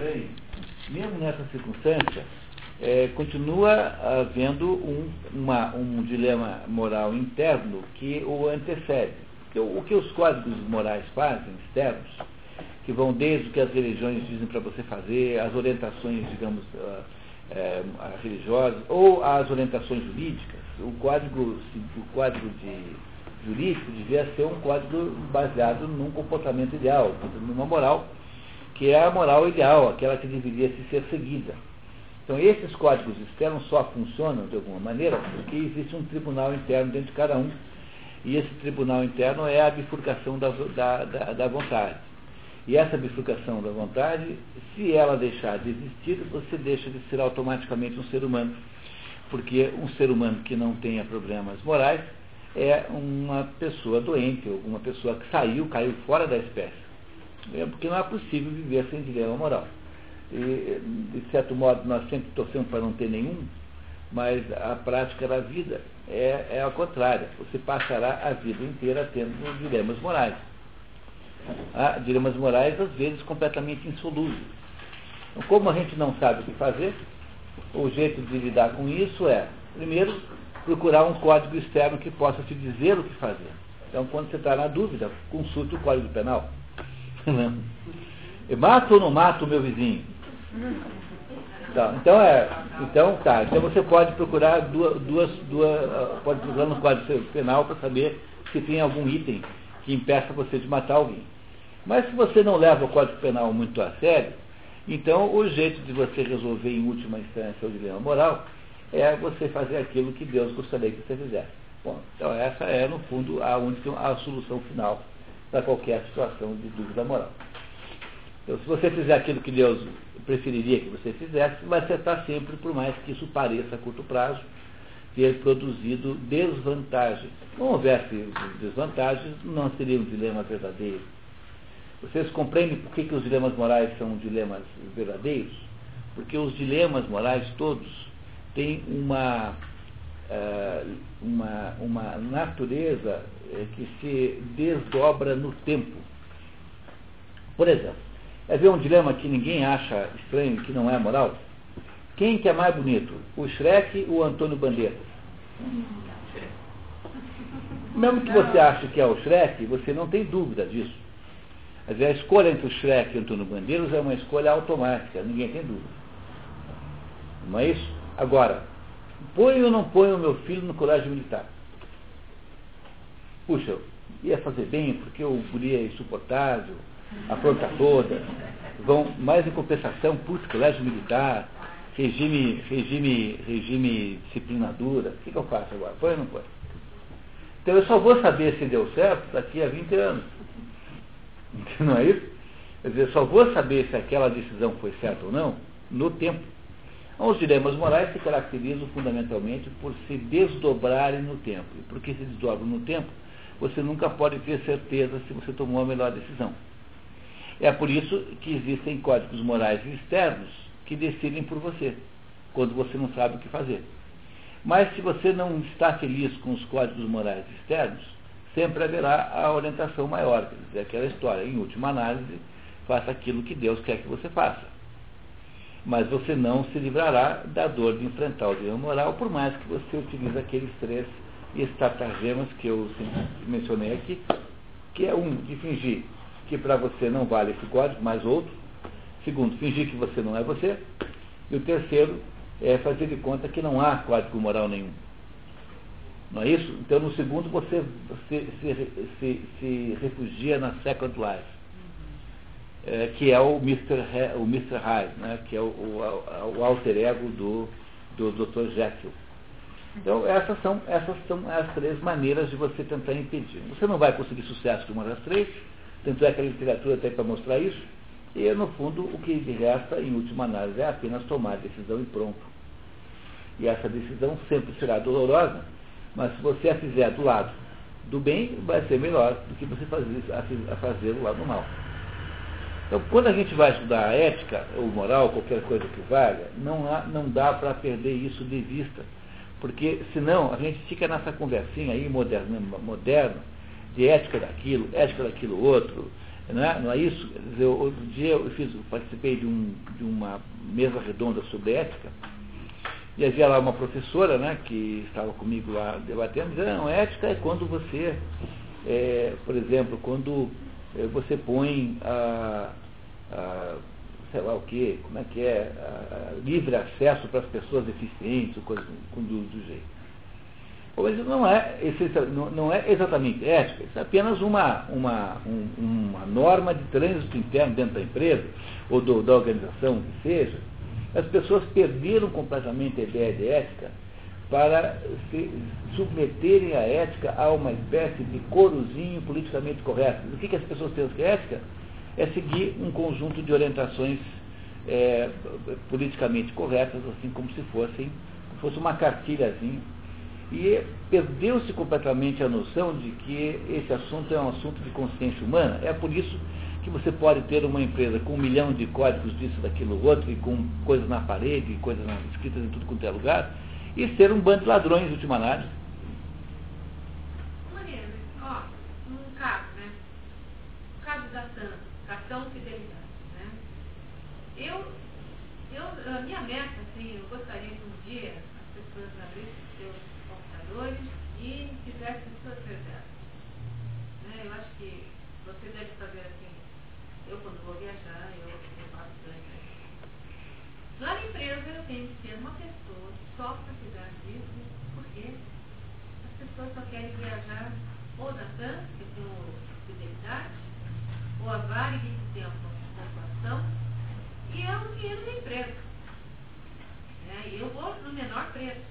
porém, mesmo nessa circunstância, continua havendo um dilema moral interno que o antecede. O que os códigos morais fazem, externos, que vão desde o que as religiões dizem para você fazer, as orientações, digamos, religiosas, ou as orientações jurídicas, o código jurídico devia ser um código baseado num comportamento ideal, numa moral, que é a moral ideal, aquela que deveria ser seguida. Então, esses códigos externos só funcionam, de alguma maneira, porque existe um tribunal interno dentro de cada um. E esse tribunal interno é a bifurcação da vontade. E essa bifurcação da vontade, se ela deixar de existir, você deixa de ser automaticamente um ser humano. Porque um ser humano que não tenha problemas morais é uma pessoa doente, ou uma pessoa que caiu fora da espécie. Porque não é possível viver sem dilema moral. E, de certo modo, nós sempre torcemos para não ter nenhum, mas a prática da vida é a contrária. Você passará a vida inteira tendo dilemas morais. Há dilemas morais, às vezes, completamente insolúveis. Então, como a gente não sabe o que fazer, o jeito de lidar com isso é, primeiro, procurar um código externo que possa te dizer o que fazer. Então, quando você está na dúvida, consulte o Código Penal. Eu mato ou não mato o meu vizinho? Então você pode procurar pode procurar no Código Penal para saber se tem algum item que impeça você de matar alguém. Mas se você não leva o Código Penal muito a sério, então o jeito de você resolver em última instância o dilema moral é você fazer aquilo que Deus gostaria que você fizesse. Bom, então essa é, no fundo, a solução final para qualquer situação de dúvida moral. Então, se você fizer aquilo que Deus preferiria que você fizesse, vai acertar sempre, por mais que isso pareça a curto prazo ter produzido desvantagens. Se não houvesse desvantagens, não seria um dilema verdadeiro. Vocês compreendem por que os dilemas morais são dilemas verdadeiros? Porque os dilemas morais todos têm uma natureza que se desdobra no tempo. Por exemplo, é ver um dilema que ninguém acha estranho, que não é moral? Quem que é mais bonito? O Shrek ou o Antônio Bandeiras? Mesmo que você ache que é o Shrek, você não tem dúvida disso. Quer dizer, a escolha entre o Shrek e o Antônio Bandeiras é uma escolha automática, ninguém tem dúvida. Não é isso? Agora, põe ou não põe o meu filho no colégio militar? Puxa, ia fazer bem, porque o guri é insuportável, apronta todas, vão mais em compensação, putz, colégio militar, regime disciplina dura, o que eu faço agora? Põe ou não põe? Então eu só vou saber se deu certo daqui a 20 anos. Não é isso? Quer dizer, eu só vou saber se aquela decisão foi certa ou não no tempo. Os dilemas morais se caracterizam fundamentalmente por se desdobrarem no tempo. E porque se desdobram no tempo, você nunca pode ter certeza se você tomou a melhor decisão. É por isso que existem códigos morais externos que decidem por você, quando você não sabe o que fazer. Mas se você não está feliz com os códigos morais externos, sempre haverá a orientação maior, quer dizer, aquela história, em última análise, faça aquilo que Deus quer que você faça. Mas você não se livrará da dor de enfrentar o dilema moral, por mais que você utilize aqueles 3 estratagemas que eu mencionei aqui, que é de fingir que para você não vale esse código, mas outro. Segundo, fingir que você não é você. E o terceiro é fazer de conta que não há código moral nenhum. Não é isso? Então, no segundo, você se refugia na Second Life, que é o Mr. Hyde, né? Que é o alter ego do Dr. Jekyll. Então, essas são as 3 maneiras de você tentar impedir. Você não vai conseguir sucesso com uma das 3, tanto é que a literatura tem para mostrar isso, e, no fundo, o que resta, em última análise, é apenas tomar a decisão e pronto. E essa decisão sempre será dolorosa, mas se você a fizer do lado do bem, vai ser melhor do que você fazer do lado do mal. Então, quando a gente vai estudar a ética, ou moral, qualquer coisa que valha, não dá para perder isso de vista. Porque, senão, a gente fica nessa conversinha aí moderna, de ética daquilo outro, Não é isso? Quer dizer, outro dia eu participei de uma mesa redonda sobre ética, e havia lá uma professora, né, que estava comigo lá debatendo, dizendo, não, ética é quando você, por exemplo, quando você põe sei lá o quê, como é que é, livre acesso para as pessoas deficientes, ou coisa do jeito. Mas isso não é exatamente ética, isso é apenas uma norma de trânsito interno dentro da empresa, ou da organização, que seja. As pessoas perderam completamente a ideia de ética para se submeterem a ética a uma espécie de corozinho politicamente correto. O que as pessoas pensam que é ética? É seguir um conjunto de orientações politicamente corretas, assim como se fosse uma cartilhazinha. E perdeu-se completamente a noção de que esse assunto é um assunto de consciência humana. É por isso que você pode ter uma empresa com 1 milhão de códigos disso, daquilo, outro, e com coisas na parede, coisas escritas em tudo quanto é lugar, e ser um bando de ladrões, de última análise. Mariana, um caso, né? O caso da TAM, cartão fidelidade, né? A minha meta, assim, eu gostaria que um dia as pessoas abrissem seus computadores e fizessem suas reservas. Né? Eu acho que você deve saber assim, eu quando vou viajar, eu faço bastante. Lá na empresa eu tenho que ter uma pessoa só para cuidar disso, porque as pessoas só querem viajar ou da TAM, que tem fidelidade, ou a Varig, que tem a pontuação, e é o dinheiro da empresa. E eu vou no menor preço.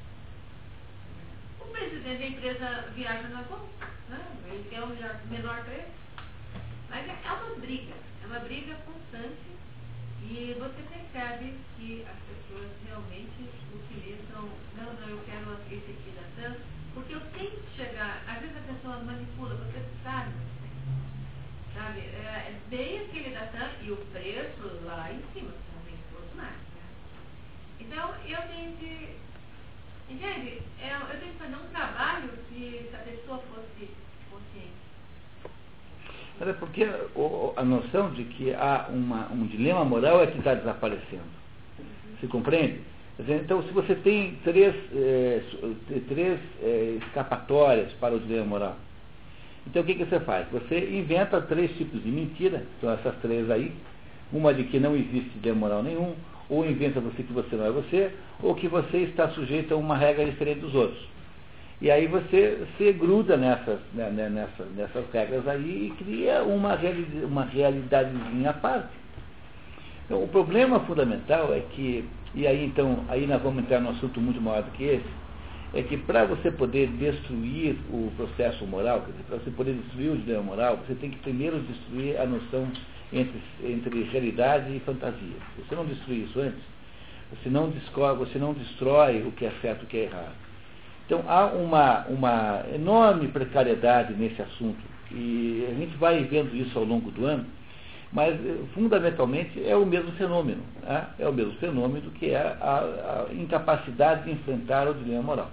O presidente da empresa viaja na bolsa, né? Ele quer o menor preço. Mas é uma briga constante, e você percebe que as pessoas realmente utilizam, não, eu quero esse aqui da TAM, porque eu tenho que chegar, às vezes a pessoa manipula, você sabe, sabe? Veio aquele da TAM e o preço lá em cima, também todos mais, né? Então, eu tenho que, entende? Eu tenho que fazer um trabalho se a pessoa fosse consciente. Mas é porque a noção de que há um dilema moral é que está desaparecendo. Se compreende? Então, se você tem três escapatórias para o dilema moral, então o que você faz? Você inventa 3 tipos de mentira, são essas 3 aí, uma de que não existe dilema moral nenhum, ou inventa você que você não é você, ou que você está sujeito a uma regra diferente dos outros. E aí você se gruda nessas regras aí e cria uma realidadezinha à parte. Então, o problema fundamental é que, e aí então, aí nós vamos entrar num assunto muito maior do que esse, é que para você poder destruir o processo moral, quer dizer, para você poder destruir o dilema moral, você tem que primeiro destruir a noção entre realidade e fantasia. Se você não destruir isso antes, você não destrói o que é certo e o que é errado. Então, há uma enorme precariedade nesse assunto, e a gente vai vendo isso ao longo do ano, mas, fundamentalmente, é o mesmo fenômeno. Né? É o mesmo fenômeno que é a incapacidade de enfrentar o dilema moral.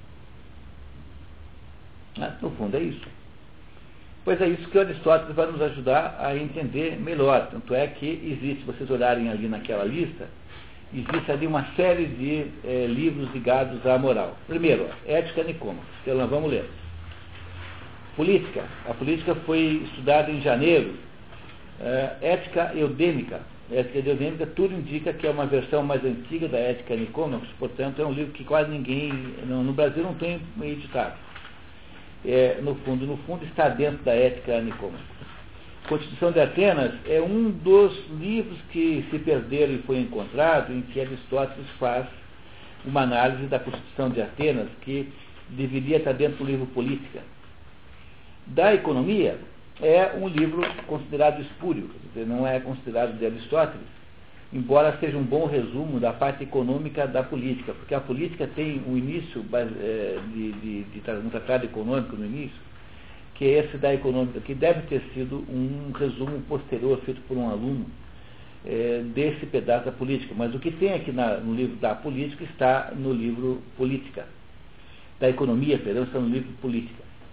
No fundo, é isso. Pois é isso que Aristóteles vai nos ajudar a entender melhor. Tanto é que existe, se vocês olharem ali naquela lista, existe ali uma série de livros ligados à moral. Primeiro, Ética Nicômaco. Então, nós vamos ler. Política. A política foi estudada em janeiro. Ética Eudêmica. Ética Eudêmica, tudo indica que é uma versão mais antiga da Ética Nicômacos, portanto, é um livro que quase ninguém, no Brasil, não tem editado. No fundo, está dentro da Ética Nicômaco. Constituição de Atenas é um dos livros que se perderam e foi encontrado, em que Aristóteles faz uma análise da Constituição de Atenas, que deveria estar dentro do livro Política. Da Economia, é um livro considerado espúrio, quer dizer, não é considerado de Aristóteles, embora seja um bom resumo da parte econômica da política, porque a política tem um início de um tratado econômico no início, que é esse da econômica, que deve ter sido um resumo posterior feito por um aluno desse pedaço da política. Mas o que tem aqui no livro da política está no livro Política. Da economia, perdão, está no livro Política.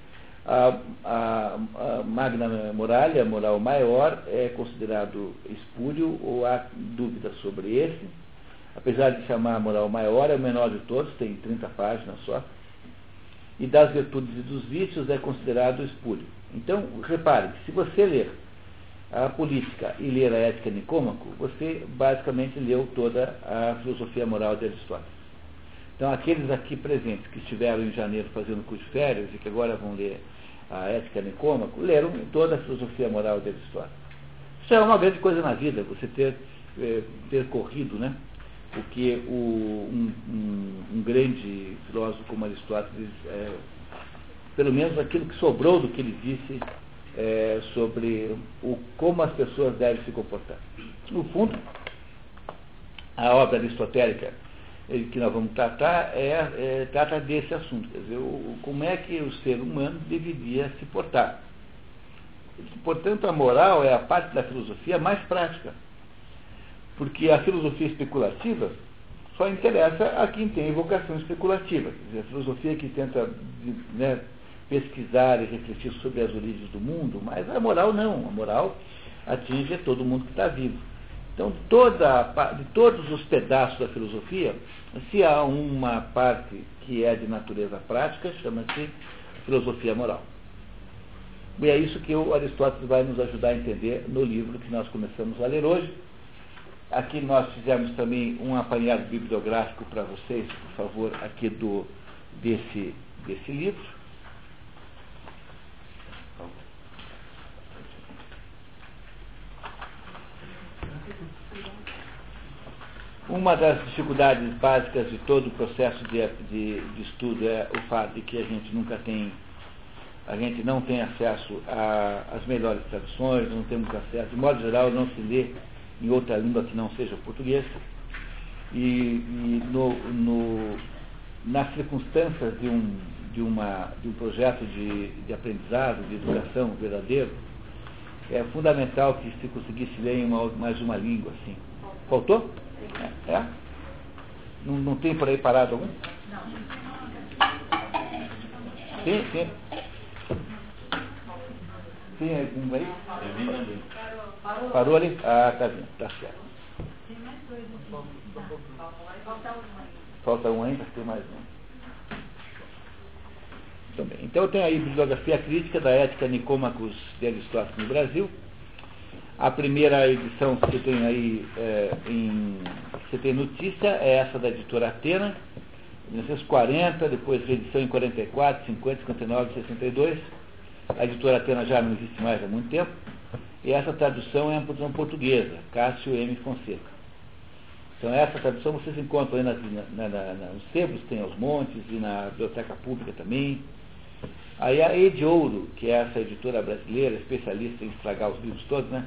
A magna moralia, a moral maior, é considerado espúrio ou há dúvida sobre esse. Apesar de chamar a moral maior, é o menor de todos, tem 30 páginas só. E das virtudes e dos vícios é considerado espúrio. Então, repare, se você ler a política e ler a ética Nicômaco, você basicamente leu toda a filosofia moral de Aristóteles. Então, aqueles aqui presentes que estiveram em janeiro fazendo curso de férias e que agora vão ler a ética Nicômaco, leram toda a filosofia moral de Aristóteles. Isso é uma grande coisa na vida, você ter percorrido, né, o que um grande filósofo como Aristóteles, pelo menos aquilo que sobrou do que ele disse sobre como as pessoas devem se comportar. No fundo, a obra aristotélica que nós vamos tratar trata desse assunto, quer dizer, como é que o ser humano deveria se portar. Portanto, a moral é a parte da filosofia mais prática, porque a filosofia especulativa só interessa a quem tem vocação especulativa, quer dizer, a filosofia que tenta, né, pesquisar e refletir sobre as origens do mundo, mas a moral não, a moral atinge todo mundo que está vivo. Então, de todos os pedaços da filosofia, se há uma parte que é de natureza prática, chama-se filosofia moral. E é isso que o Aristóteles vai nos ajudar a entender no livro que nós começamos a ler hoje. Aqui nós fizemos também um apanhado bibliográfico para vocês, por favor, aqui desse livro. Uma das dificuldades básicas de todo o processo de estudo é o fato de que a gente não tem acesso às melhores traduções, não temos acesso, de modo geral, não se lê em outra língua que não seja o português. Nas circunstâncias de um projeto de aprendizado, de educação verdadeiro, é fundamental que se conseguisse ler em mais uma língua, assim. Faltou? Não tem por aí parado algum? Tem. Tem algum aí? Parou ali? Ah, tá vindo, tá certo. Falta um ainda, tem mais um. Também. Então eu tenho aí a bibliografia crítica da Ética Nicômacos de Aristóteles no Brasil. A primeira edição que você tem aí, você tem notícia, é essa da editora Atena, 1940, depois reedição em 44, 50, 59, 62. A editora Atena já não existe mais há muito tempo. E essa tradução é uma tradução portuguesa, Cássio M. Fonseca. Então essa tradução vocês encontram aí nos sebos, tem aos montes, e na biblioteca pública também. Aí a Ede Ouro, que é essa editora brasileira, especialista em estragar os livros todos, né?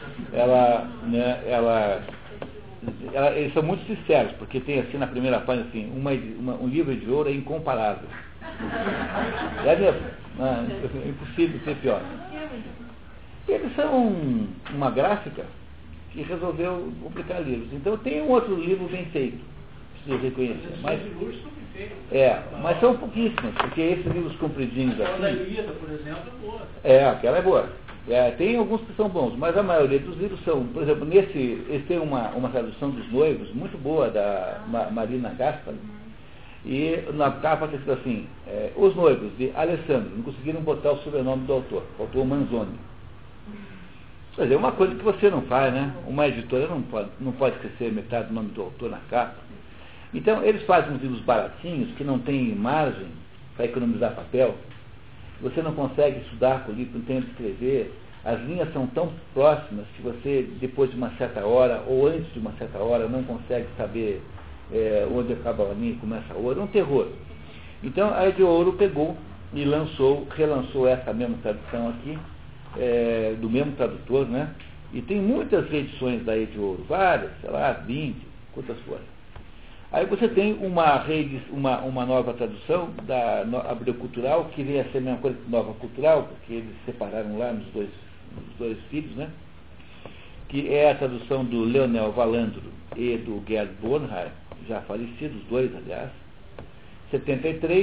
Eles são muito sinceros, porque tem assim na primeira página assim, um livro de ouro é incomparável. É mesmo? É impossível ser pior. Eles são uma gráfica que resolveu publicar livros. Então tem um outro livro bem feito, preciso reconhecer. Mas são pouquíssimos, porque esses livros compridinhos aqui. Aquela da Ilíada, por exemplo, é boa. Aquela é boa. Tem alguns que são bons, mas a maioria dos livros são, por exemplo, eles têm uma tradução dos noivos muito boa, da Marina Gaspari, e na capa está escrito assim, os noivos de Alessandro, não conseguiram botar o sobrenome do autor, faltou o Manzoni. Quer dizer, é uma coisa que você não faz, né? Uma editora não pode esquecer metade do nome do autor na capa. Então, eles fazem uns livros baratinhos, que não tem margem para economizar papel. Você não consegue estudar com o livro, não tem onde escrever. As linhas são tão próximas que você, depois de uma certa hora, ou antes de uma certa hora, não consegue saber onde acaba a linha e começa a outra. É um terror. Então, a Ede Ouro pegou e relançou essa mesma tradução aqui, do mesmo tradutor, né? E tem muitas reedições da Ede Ouro, várias, sei lá, 20, quantas foram. Aí você tem uma nova tradução da Abreu Cultural, que vem a ser a mesma coisa que Nova Cultural, porque eles separaram lá nos dois filhos, né? Que é a tradução do Leonel Valandro e do Gerd Bornheim, já falecidos, os dois, aliás. 73,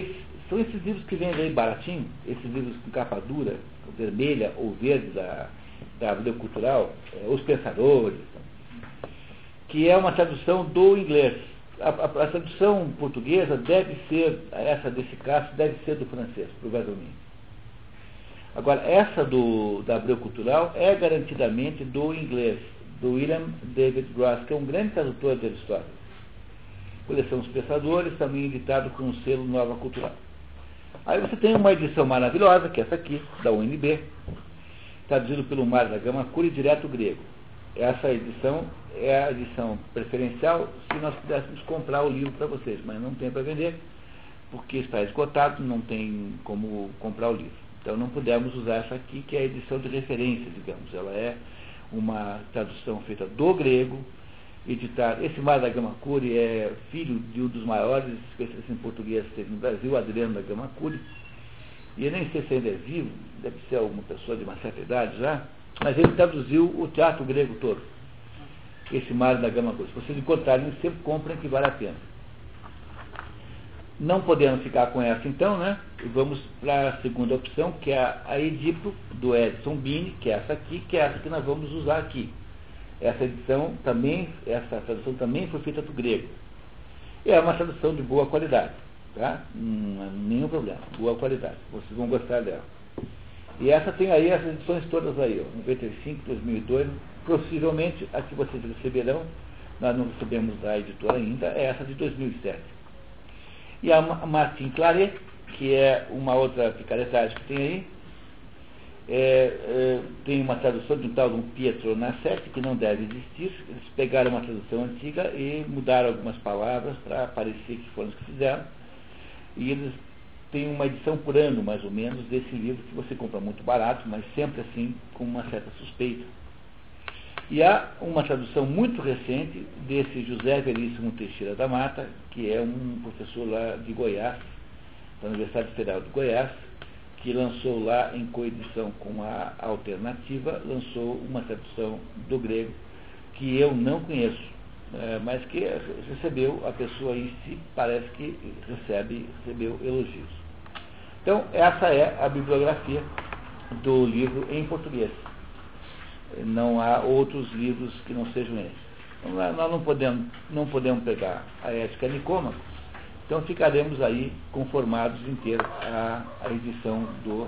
São esses livros que vendem aí baratinho, esses livros com capa dura, vermelha ou verde da Abril Cultural, Os Pensadores, que é uma tradução do inglês. A tradução portuguesa deve ser, essa desse caso, deve ser do francês, provavelmente. Agora, essa da Abril Cultural é garantidamente do inglês, do William David Gross, que é um grande tradutor de Aristóteles. Coleção Os Pensadores, também editado com o selo Nova Cultural. Aí você tem uma edição maravilhosa, que é essa aqui, da UNB, traduzido pelo Mário da Gama Curi, direto grego. Essa edição é a edição preferencial se nós pudéssemos comprar o livro para vocês, mas não tem para vender, porque está esgotado, não tem como comprar o livro. Então não pudemos usar essa aqui, que é a edição de referência, digamos. Ela é uma tradução feita do grego, editada. Esse Mário da Gama Curi é filho de um dos maiores especialistas em português que teve no Brasil, Adriano da Gama Curi. E eu nem sei se ainda é vivo, deve ser uma pessoa de uma certa idade já, mas ele traduziu o teatro grego todo. Esse Mário da Gama Curi. Se vocês encontrarem, sempre comprem, que vale a pena. Não podendo ficar com essa então, né? Vamos para a segunda opção, que é a Edipo, do Edson Bini, que é essa aqui, que é essa que nós vamos usar aqui. Essa tradução também foi feita do grego. E é uma tradução de boa qualidade, tá? Não há nenhum problema, boa qualidade. Vocês vão gostar dela. E essa tem aí as edições todas aí, ó, 95, 2002, possivelmente a que vocês receberão, nós não recebemos da editora ainda, é essa de 2007. E a Martin Claret, que é uma outra picaretagem que tem aí, tem uma tradução de um tal de um Pietro Nassetti, que não deve existir. Eles pegaram uma tradução antiga e mudaram algumas palavras para parecer que foram os que fizeram. E eles têm uma edição por ano, mais ou menos, desse livro, que você compra muito barato, mas sempre assim, com uma certa suspeita. E há uma tradução muito recente desse José Veríssimo Teixeira da Mata, que é um professor lá de Goiás, da Universidade Federal de Goiás, que lançou lá em coedição com a Alternativa, lançou uma tradução do grego que eu não conheço, mas que recebeu, a pessoa em si parece que recebeu elogios. Então, essa é a bibliografia do livro em português. Não há outros livros que não sejam esses. Então, nós não podemos pegar a Ética Nicômaco, então ficaremos aí conformados em ter a edição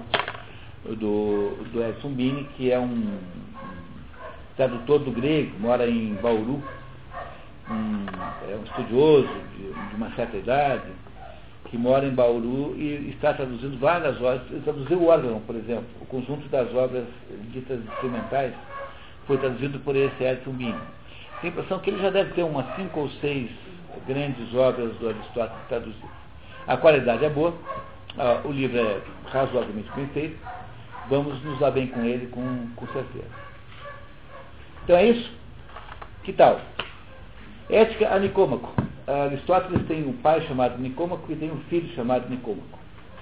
do Edson Bini, que é um tradutor do grego, mora em Bauru, é um estudioso de uma certa idade, que mora em Bauru e está traduzindo várias obras. Ele traduziu o órgão, por exemplo, o conjunto das obras ditas instrumentais foi traduzido por esse Edson Bini. Tem a impressão que ele já deve ter umas 5 ou 6 grandes obras do Aristóteles traduzidas. A qualidade é boa, o livro é razoavelmente bem feito, vamos nos dar bem com ele com certeza. Então é isso? Que tal? Ética a Nicômaco. Aristóteles tem um pai chamado Nicômaco e tem um filho chamado Nicômaco.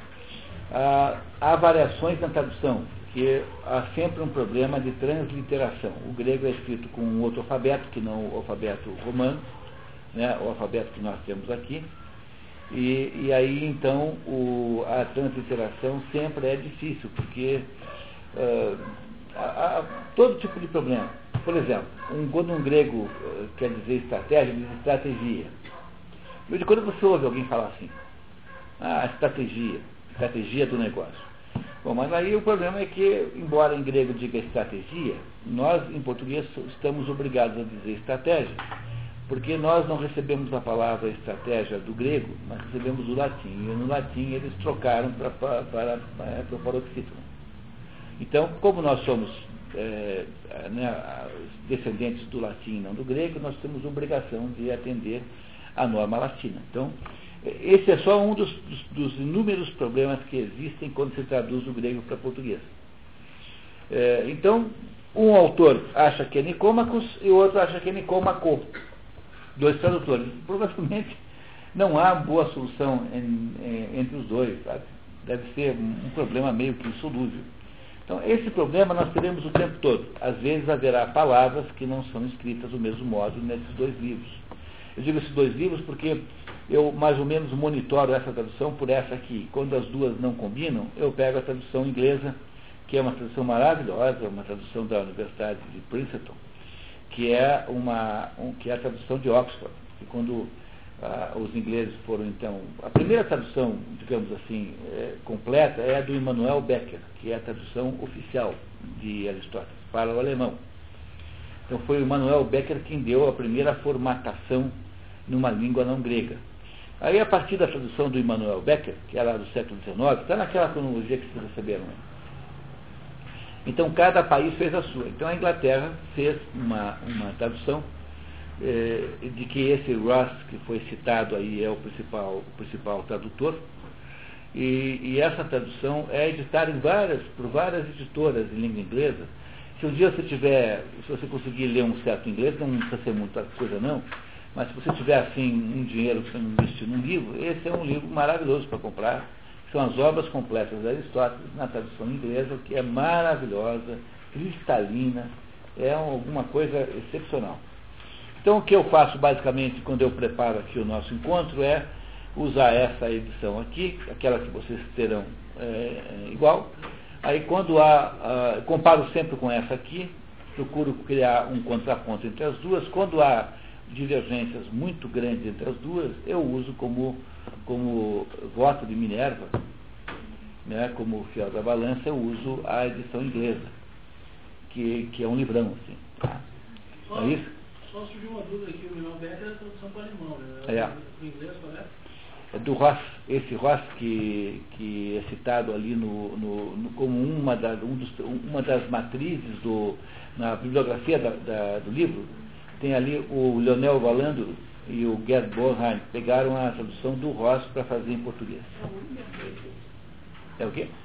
Há variações na tradução, que há sempre um problema de transliteração. O grego é escrito com um outro alfabeto, que não o alfabeto romano, né, o alfabeto que nós temos aqui, e aí então a transliteração sempre é difícil, porque há todo tipo de problema. Por exemplo, quando um grego quer dizer estratégia, diz estratégia. E de quando você ouve alguém falar assim, estratégia do negócio. Bom, mas aí o problema é que, embora em grego diga estratégia, nós em português estamos obrigados a dizer estratégia, porque nós não recebemos a palavra estratégia do grego, mas recebemos do latim. E no latim eles trocaram para o paroxítono. Então, como nós somos descendentes do latim e não do grego, nós temos obrigação de atender à norma latina. Então, esse é só um dos inúmeros problemas que existem quando se traduz do grego para português. Então, um autor acha que é Nicômacos e o outro acha que é Nicômaco. 2 tradutores. Provavelmente não há boa solução entre os dois, sabe? Deve ser um problema meio que insolúvel. Então, esse problema nós teremos o tempo todo. Às vezes haverá palavras que não são escritas do mesmo modo nesses 2 livros. Eu digo esses 2 livros porque eu mais ou menos monitoro essa tradução por essa aqui. Quando as duas não combinam, eu pego a tradução inglesa, que é uma tradução maravilhosa, uma tradução da Universidade de Princeton, que é a tradução de Oxford. E quando os ingleses foram, então... A primeira tradução, digamos assim, completa é a do Immanuel Becker, que é a tradução oficial de Aristóteles para o alemão. Então foi o Immanuel Becker quem deu a primeira formatação numa língua não grega. Aí, a partir da tradução do Immanuel Becker, que era do século XIX, está naquela cronologia que vocês receberam, né? Então, cada país fez a sua. Então, a Inglaterra fez uma tradução de que esse Ross, que foi citado aí, é o principal tradutor. E essa tradução é editada por várias editoras em língua inglesa. Se um dia se você conseguir ler um certo inglês, não precisa ser muita coisa não, mas se você tiver assim um dinheiro que você não investir num livro, esse é um livro maravilhoso para comprar. São as obras completas de Aristóteles na tradução inglesa, que é maravilhosa, cristalina, é alguma coisa excepcional. Então, o que eu faço basicamente quando eu preparo aqui o nosso encontro é usar essa edição aqui, aquela que vocês terão igual. Aí, quando comparo sempre com essa aqui, procuro criar um contraponto entre as duas. Quando há divergências muito grandes entre as duas, eu uso como voto de Minerva, né, como fiel da balança, eu uso a edição inglesa, que é um livrão, assim. Tá? É isso? Só surgiu uma dúvida aqui, o Immanuel Becker é a tradução para o alemão, né? O inglês, qual é? É do Ross, esse Ross que é citado ali como uma das matrizes na bibliografia do livro. Tem ali o Leonel Vallandro e o Gerd Bornheim pegaram a tradução do Ross para fazer em português. É o quê?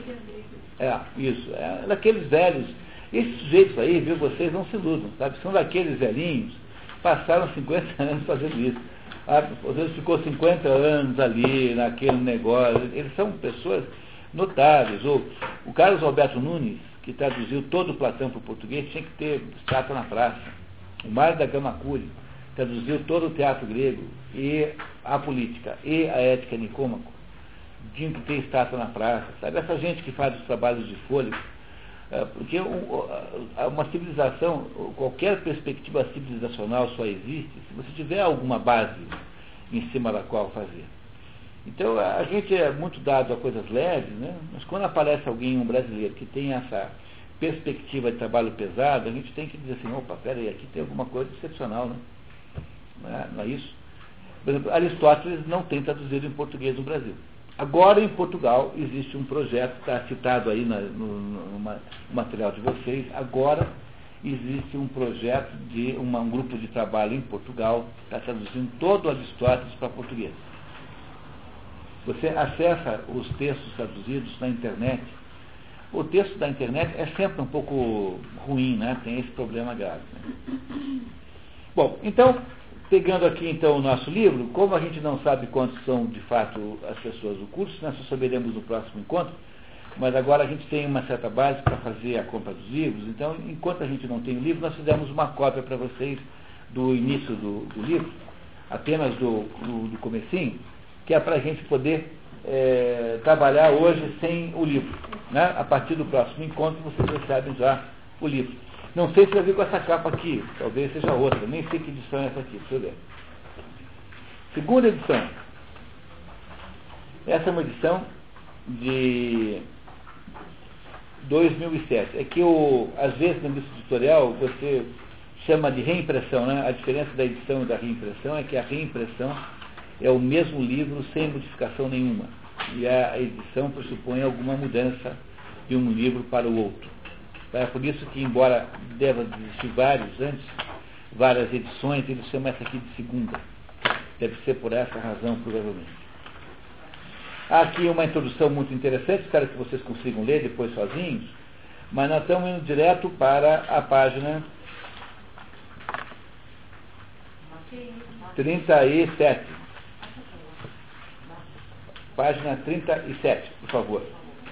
Isso. É daqueles velhos. Esses sujeitos aí, viu, vocês não se iludam, sabe? São daqueles velhinhos, passaram 50 anos fazendo isso. Às vezes ficou 50 anos ali naquele negócio. Eles são pessoas notáveis. O Carlos Alberto Nunes, que traduziu todo o Platão para o português, tinha que ter estátua na praça. O Mário da Gama Cury traduziu todo o teatro grego e a política e a ética Nicômaco. Tinha que ter estátua na praça. Sabe, essa gente que faz os trabalhos de fôlego, porque uma civilização, qualquer perspectiva civilizacional só existe se você tiver alguma base em cima da qual fazer. Então, a gente é muito dado a coisas leves, né? Mas quando aparece alguém, um brasileiro, que tem essa perspectiva de trabalho pesado, a gente tem que dizer assim, opa, peraí, aqui tem alguma coisa excepcional, né? Não é isso? Por exemplo, Aristóteles não tem traduzido em português no Brasil. Agora, em Portugal, existe um projeto, está citado aí no material de vocês, agora existe um projeto de um grupo de trabalho em Portugal, que está traduzindo todo Aristóteles para português. Você acessa os textos traduzidos na internet. O texto da internet é sempre um pouco ruim, né? Tem esse problema grave. Né? Bom, então, pegando aqui então o nosso livro, como a gente não sabe quantos são de fato as pessoas do curso, nós só saberemos no próximo encontro, mas agora a gente tem uma certa base para fazer a compra dos livros, então enquanto a gente não tem o livro, nós fizemos uma cópia para vocês do início do livro, apenas do comecinho, que é para a gente poder trabalhar hoje sem o livro. Né? A partir do próximo encontro vocês recebem já o livro. Não sei se vai vir com essa capa aqui, talvez seja outra, nem sei que edição é essa aqui, deixa eu ver. Segunda edição. Essa é uma edição de 2007. É que às vezes no indústria editorial você chama de reimpressão, né? A diferença da edição e da reimpressão é que a reimpressão é o mesmo livro sem modificação nenhuma. E a edição pressupõe alguma mudança de um livro para o outro. É por isso que, embora deva existir várias edições, ele chama essa aqui de segunda. Deve ser por essa razão, provavelmente. Há aqui uma introdução muito interessante, espero que vocês consigam ler depois sozinhos, mas nós estamos indo direto para a página 37. Página 37, por favor.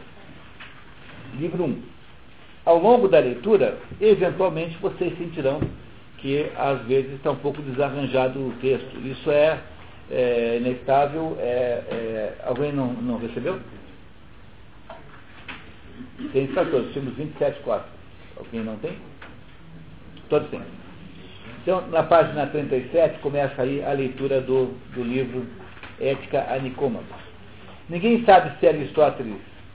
Livro 1. Ao longo da leitura, eventualmente vocês sentirão que às vezes está um pouco desarranjado o texto. Isso é inestável. Alguém não recebeu? Tem para todos, temos 27 Alguém não tem? Todos têm. Então, na página 37, começa aí a leitura do livro Ética a Nicômaco. Ninguém sabe se Aristóteles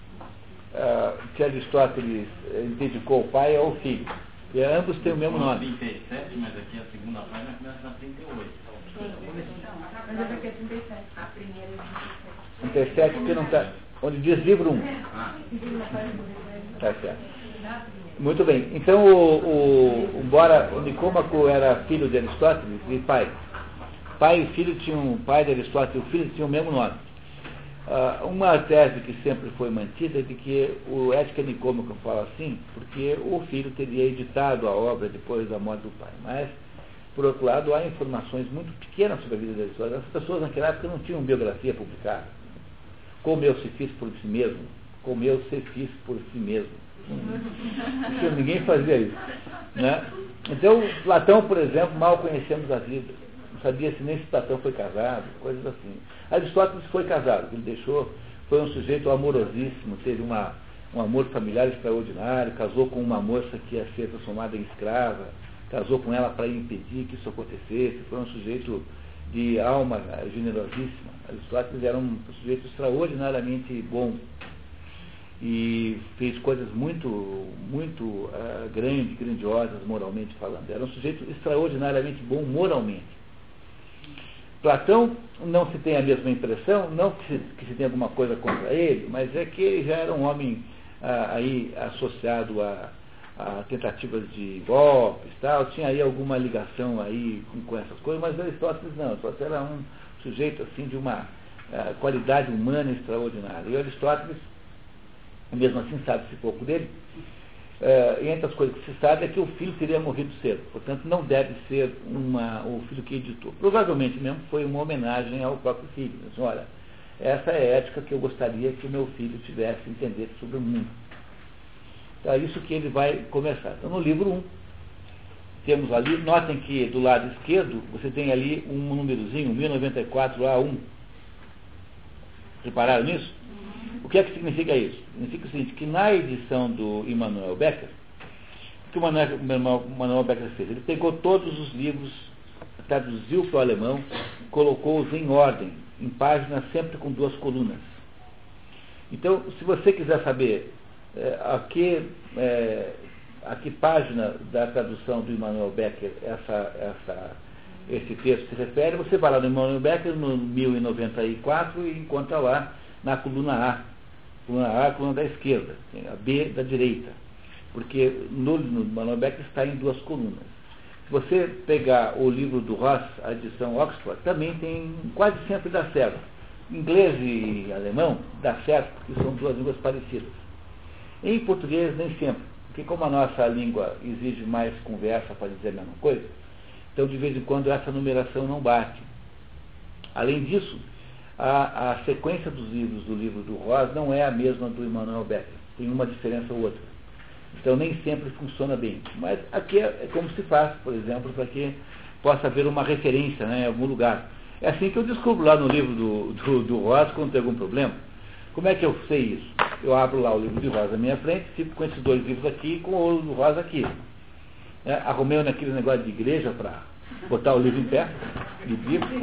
dedicou o pai ou o filho. E ambos têm o mesmo nome. 37, mas aqui a segunda página começa na 38. Mas eu aqui é 37. A primeira é 37, porque não está. Onde diz livro 1. Tá certo. Muito bem. Então, embora o Nicômaco era filho de Aristóteles e pai e filho tinham, pai de Aristóteles e o filho tinham o mesmo nome. Uma tese que sempre foi mantida é de que o Ética Nicômaco fala assim, porque o filho teria editado a obra depois da morte do pai. Mas, por outro lado, há informações muito pequenas sobre a vida de Aristóteles. As pessoas naquela época não tinham biografia publicada. Como eu se fiz por si mesmo, como eu se fiz por si mesmo. Ninguém fazia isso. Né? Então, Platão, por exemplo, mal conhecemos a vida. Não sabia se nem se Platão foi casado, coisas assim. Aristóteles foi casado, ele deixou, foi um sujeito amorosíssimo, teve um amor familiar extraordinário, casou com uma moça que ia ser transformada em escrava, casou com ela para impedir que isso acontecesse, foi um sujeito de alma generosíssima. Aristóteles era um sujeito extraordinariamente bom e fez coisas muito grandiosas moralmente falando. Era um sujeito extraordinariamente bom moralmente. Platão não se tem a mesma impressão, não que se tenha alguma coisa contra ele, mas é que ele já era um homem aí associado a tentativas de golpes, tal, tinha aí alguma ligação aí com essas coisas, mas Aristóteles não. Aristóteles era um sujeito assim de uma qualidade humana extraordinária. E Aristóteles, mesmo assim, sabe-se pouco dele. E entre as coisas que se sabe é que o filho teria morrido cedo, portanto não deve ser o filho que editou. Provavelmente mesmo foi uma homenagem ao próprio filho. Assim, olha, essa é a ética que eu gostaria que o meu filho tivesse, entendesse sobre o mundo. Então é isso que ele vai começar. Então no livro 1, temos ali, notem que do lado esquerdo você tem ali um númerozinho, 1094A1. Repararam nisso? O que é que significa isso? Significa o seguinte, que na edição do Immanuel Becker, o que o Immanuel Becker fez? Ele pegou todos os livros, traduziu para o alemão, colocou-os em ordem, em páginas sempre com 2 colunas. Então, se você quiser saber a que página da tradução do Immanuel Becker esse texto se refere, você vai lá no Immanuel Becker, no 1094, e encontra lá na coluna A. Coluna A é a coluna da esquerda, a B da direita. Porque no Immanuel Becker está em 2 colunas. Se você pegar o livro do Ross, a edição Oxford, também tem, quase sempre dá certo. Inglês e alemão dá certo, porque são 2 línguas parecidas. Em português, nem sempre, porque como a nossa língua exige mais conversa para dizer a mesma coisa, então de vez em quando essa numeração não bate. Além disso, a sequência dos livros do livro do Ross não é a mesma do Immanuel Becker. Tem uma diferença ou outra. Então nem sempre funciona bem. Mas aqui é como se faz, por exemplo, para que possa haver uma referência, né, em algum lugar. É assim que eu descubro lá no livro do Ross quando tem algum problema. Como é que eu sei isso? Eu abro lá o livro de Ross à minha frente, fico com esses 2 livros aqui e com o do Ross aqui. Arrumei naquele negócio de igreja para botar o livro em pé, de Bíblia.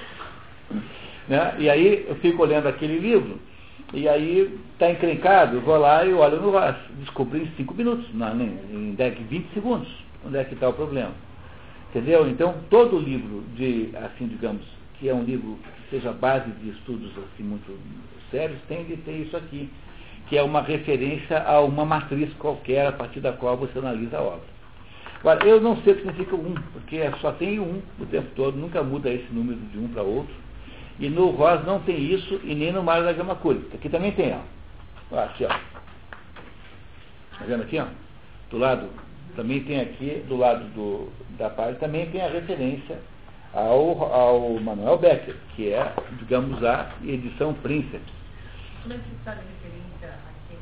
Né? E aí eu fico olhando aquele livro, e aí está encrencado, eu vou lá e olho no Ross, descobri em 5 minutos, em 20 segundos, onde é que está o problema. Entendeu? Então, todo livro assim, digamos, que é um livro que seja base de estudos assim, muito sérios, tem de ter isso aqui, que é uma referência a uma matriz qualquer a partir da qual você analisa a obra. Agora, eu não sei o que significa 1, porque só tem 1 o tempo todo, nunca muda esse número de um para outro. E no Ross não tem isso, e nem no Mário da Gama Cúrica. Aqui também tem, ó. Aqui, ó. Tá vendo aqui, ó? Do lado, também tem aqui, do lado da página, também tem a referência ao Manuel Becker, que é, digamos, a edição Príncipe. Como é que você sabe a referência aqui?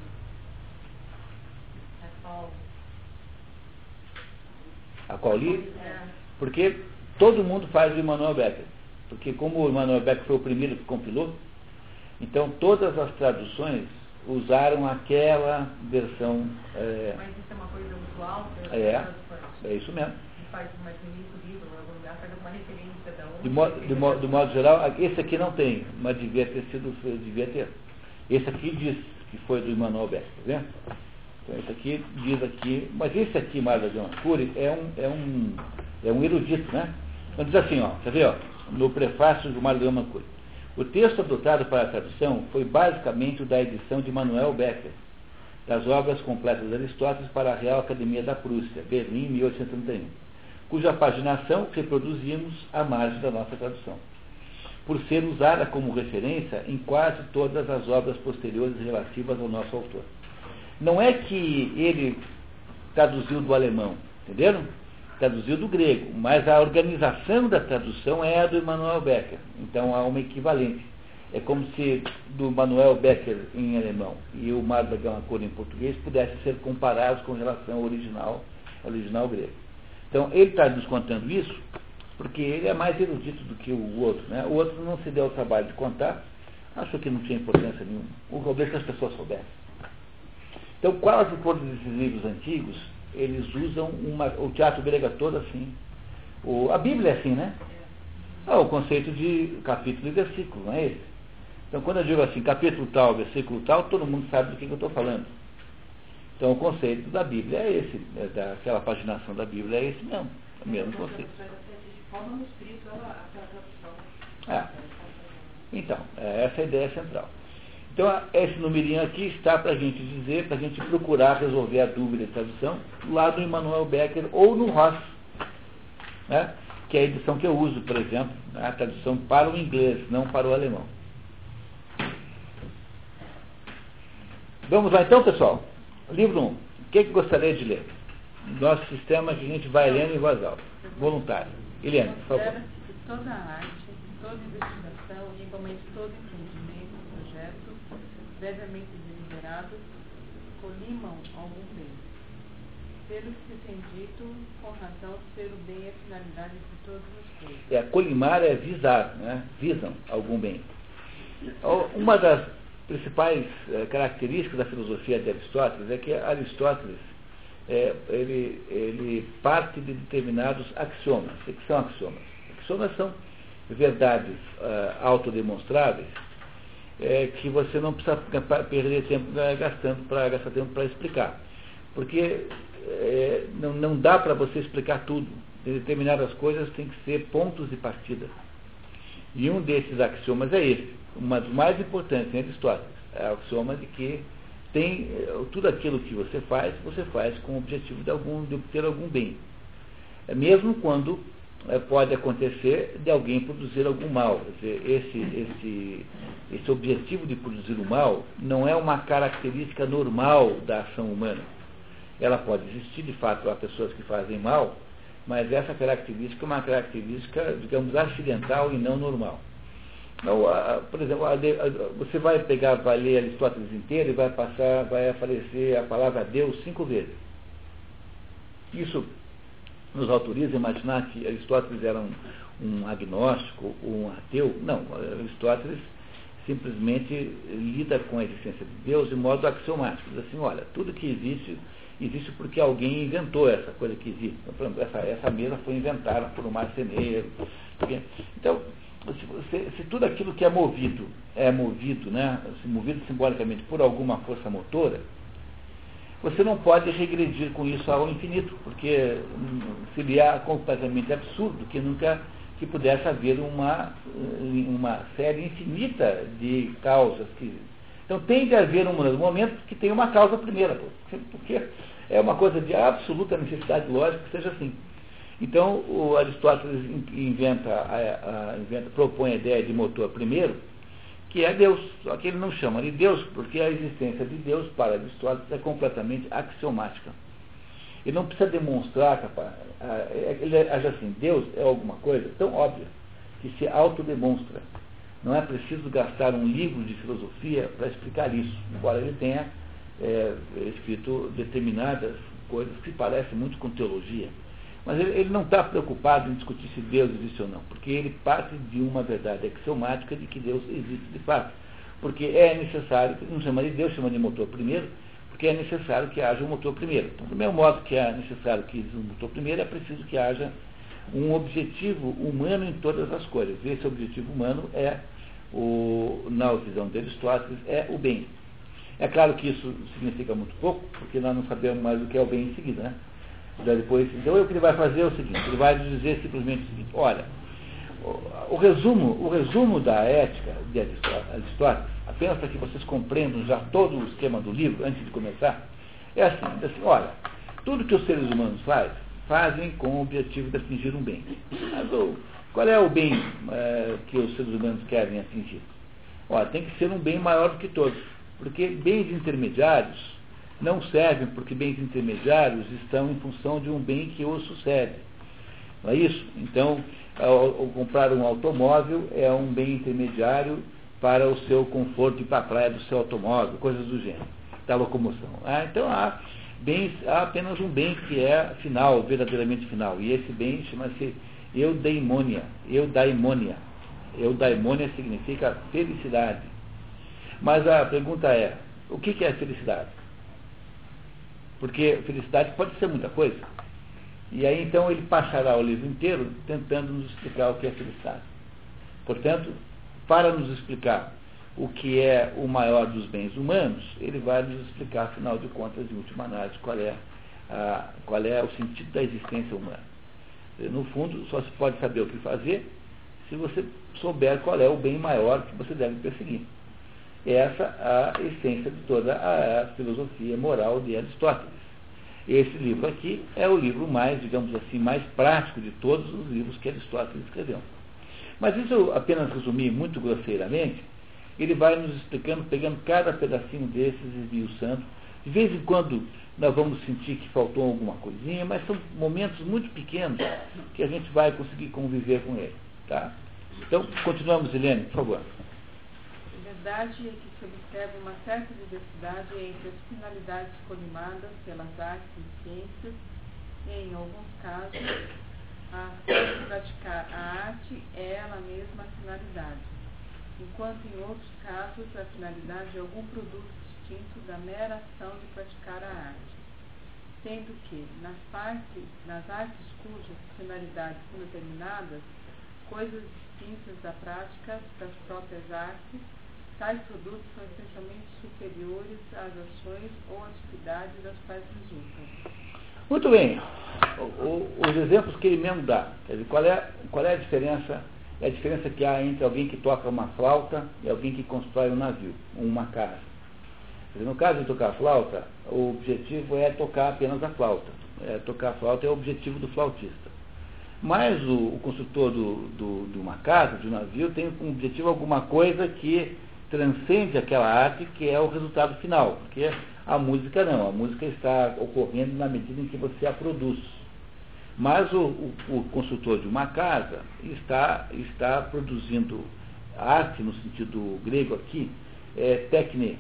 A qual li? Porque todo mundo faz o Immanuel Becker. Porque como o Immanuel Becker foi o primeiro que compilou, então todas as traduções usaram aquela versão. Mas isso é uma coisa usual? É isso mesmo. Faz mais bonito livro, em algum lugar, faz alguma referência da outra. De modo geral, esse aqui não tem, mas devia ter. Esse aqui diz que foi do Immanuel Becker, tá vendo? Então esse aqui diz aqui, mas esse aqui, Mário da Gama Cury, é um erudito, né? Então diz assim, ó, quer ver, ó, no prefácio do Mário da Gama Cury. O texto adotado para a tradução foi basicamente o da edição de Immanuel Becker, das obras completas de Aristóteles para a Real Academia da Prússia, Berlim, 1831, cuja paginação reproduzimos à margem da nossa tradução, por ser usada como referência em quase todas as obras posteriores relativas ao nosso autor. Não é que ele traduziu do alemão, entenderam? Traduziu do grego, mas a organização da tradução é a do Immanuel Becker, então há uma equivalente. É como se do Immanuel Becker em alemão e o Mário da Gama Cury em português pudessem ser comparados com relação ao original grego. Então ele está nos contando isso porque ele é mais erudito do que o outro, né? O outro não se deu o trabalho de contar, achou que não tinha importância nenhuma. O problema é que as pessoas soubessem. Então quase todos esses livros antigos, eles usam o teatro grego é todo assim. A Bíblia é assim, né? O conceito de capítulo e versículo, não é esse? Então quando eu digo assim, capítulo tal, versículo tal, todo mundo sabe do que eu estou falando. Então o conceito da Bíblia é esse, daquela paginação da Bíblia é esse mesmo, o mesmo conceito. Então, essa é a ideia central. Então, esse numerinho aqui está para a gente dizer, para a gente procurar resolver a dúvida de tradução lá do Immanuel Becker ou no Ross, né? Que é a edição que eu uso, por exemplo, a tradução para o inglês, não para o alemão. Vamos lá então, pessoal. Livro 1. O que gostaria de ler? Nosso sistema que a gente vai lendo em voz alta. Voluntário. Eliane, por favor. Que toda arte, toda investigação, igualmente todo entendimento, projeto, previamente deliberados, colimam algum bem. Pelo que se tem dito, com razão, ser o bem é a finalidade de todas as coisas. Colimar é visar, né? Visam algum bem. Uma das principais características da filosofia de Aristóteles é que Aristóteles ele parte de determinados axiomas. O que são axiomas? Axiomas são verdades autodemonstráveis que você não precisa perder tempo gastar tempo para explicar. Porque não dá para você explicar tudo. Determinadas coisas têm que ser pontos de partida. E um desses axiomas é esse, uma dos mais importantes em Aristóteles. É o axioma de que tudo aquilo que você faz com o objetivo de obter algum bem. Mesmo quando pode acontecer de alguém produzir algum mal. Quer dizer, esse objetivo de produzir o mal não é uma característica normal da ação humana. Ela pode existir, de fato, há pessoas que fazem mal, mas essa característica é uma característica, digamos, acidental e não normal. Então, por exemplo, você vai ler Aristóteles inteiro e vai aparecer a palavra Deus 5 vezes. Isso nos autoriza a imaginar que Aristóteles era um agnóstico ou um ateu. Não, Aristóteles simplesmente lida com a existência de Deus de modo axiomático. Diz assim, olha, tudo que existe porque alguém inventou essa coisa que existe. Então, por exemplo, essa mesa foi inventada por um marceneiro. Então, se tudo aquilo que é movido, né, movido simbolicamente por alguma força motora, você não pode regredir com isso ao infinito, porque seria completamente absurdo que pudesse haver uma série infinita de causas. Então tem de haver um momento que tem uma causa primeira, porque é uma coisa de absoluta necessidade lógica que seja assim. Então o Aristóteles propõe a ideia de motor primeiro, que é Deus, só que ele não chama de Deus, porque a existência de Deus para Aristóteles é completamente axiomática. Ele não precisa demonstrar, ele acha assim, Deus é alguma coisa tão óbvia que se autodemonstra. Não é preciso gastar um livro de filosofia para explicar isso, embora ele tenha escrito determinadas coisas que parecem muito com teologia. Mas ele não está preocupado em discutir se Deus existe ou não, porque ele parte de uma verdade axiomática de que Deus existe de fato. Porque é necessário, não chama de Deus, chama de motor primeiro, porque é necessário que haja um motor primeiro. Então, do mesmo modo que é necessário que exista um motor primeiro, é preciso que haja um objetivo humano em todas as coisas. Esse objetivo humano na visão de Aristóteles, é o bem. É claro que isso significa muito pouco, porque nós não sabemos mais o que é o bem em seguida, né? Então, o que ele vai fazer é o seguinte, ele vai dizer simplesmente o seguinte: olha, o resumo da ética de Aristóteles, apenas para que vocês compreendam já todo o esquema do livro, antes de começar, é assim, olha, tudo que os seres humanos fazem com o objetivo de atingir um bem. Mas qual é o bem que os seres humanos querem atingir? Olha, tem que ser um bem maior do que todos, porque bens intermediários não servem, porque bens intermediários estão em função de um bem que os sucede. Não é isso? Então, comprar um automóvel é um bem intermediário para o seu conforto de ir para a praia do seu automóvel, coisas do gênero, da locomoção. Então, há apenas um bem que é final, verdadeiramente final, e esse bem chama-se eudaimonia. Eudaimonia significa felicidade. Mas a pergunta é, o que é felicidade? Porque felicidade pode ser muita coisa. E aí então ele passará o livro inteiro tentando nos explicar o que é felicidade. Portanto, para nos explicar o que é o maior dos bens humanos, ele vai nos explicar, afinal de contas, em última análise, qual é o sentido da existência humana. No fundo, só se pode saber o que fazer se você souber qual é o bem maior que você deve perseguir. Essa é a essência de toda a filosofia moral de Aristóteles. Esse livro aqui é o livro mais, digamos assim, mais prático de todos os livros que Aristóteles escreveu. Mas isso eu apenas resumi muito grosseiramente. Ele vai nos explicando, pegando cada pedacinho desses e esmiuçando. De vez em quando nós vamos sentir que faltou alguma coisinha, mas são momentos muito pequenos que a gente vai conseguir conviver com ele. Tá? Então, continuamos, Helene, por favor. A verdade é que se observa uma certa diversidade entre as finalidades colimadas pelas artes e ciências, e, em alguns casos, a forma de praticar a arte é ela mesma a finalidade, enquanto em outros casos a finalidade é algum produto distinto da mera ação de praticar a arte, sendo que, nas artes cujas finalidades são determinadas, coisas distintas da prática das próprias artes, tais produtos são essencialmente superiores às ações ou atividades das quais resultam. Muito bem. Os exemplos que ele mesmo dá. Quer dizer, qual é a diferença? É a diferença que há entre alguém que toca uma flauta e alguém que constrói um navio, uma casa. Quer dizer, no caso de tocar a flauta, o objetivo é tocar apenas a flauta. Tocar a flauta é o objetivo do flautista. Mas o construtor de uma casa, de um navio, tem como objetivo alguma coisa que transcende aquela arte, que é o resultado final, porque a música não, a música está ocorrendo na medida em que você a produz. Mas o construtor de uma casa está produzindo arte, no sentido grego aqui, técnica,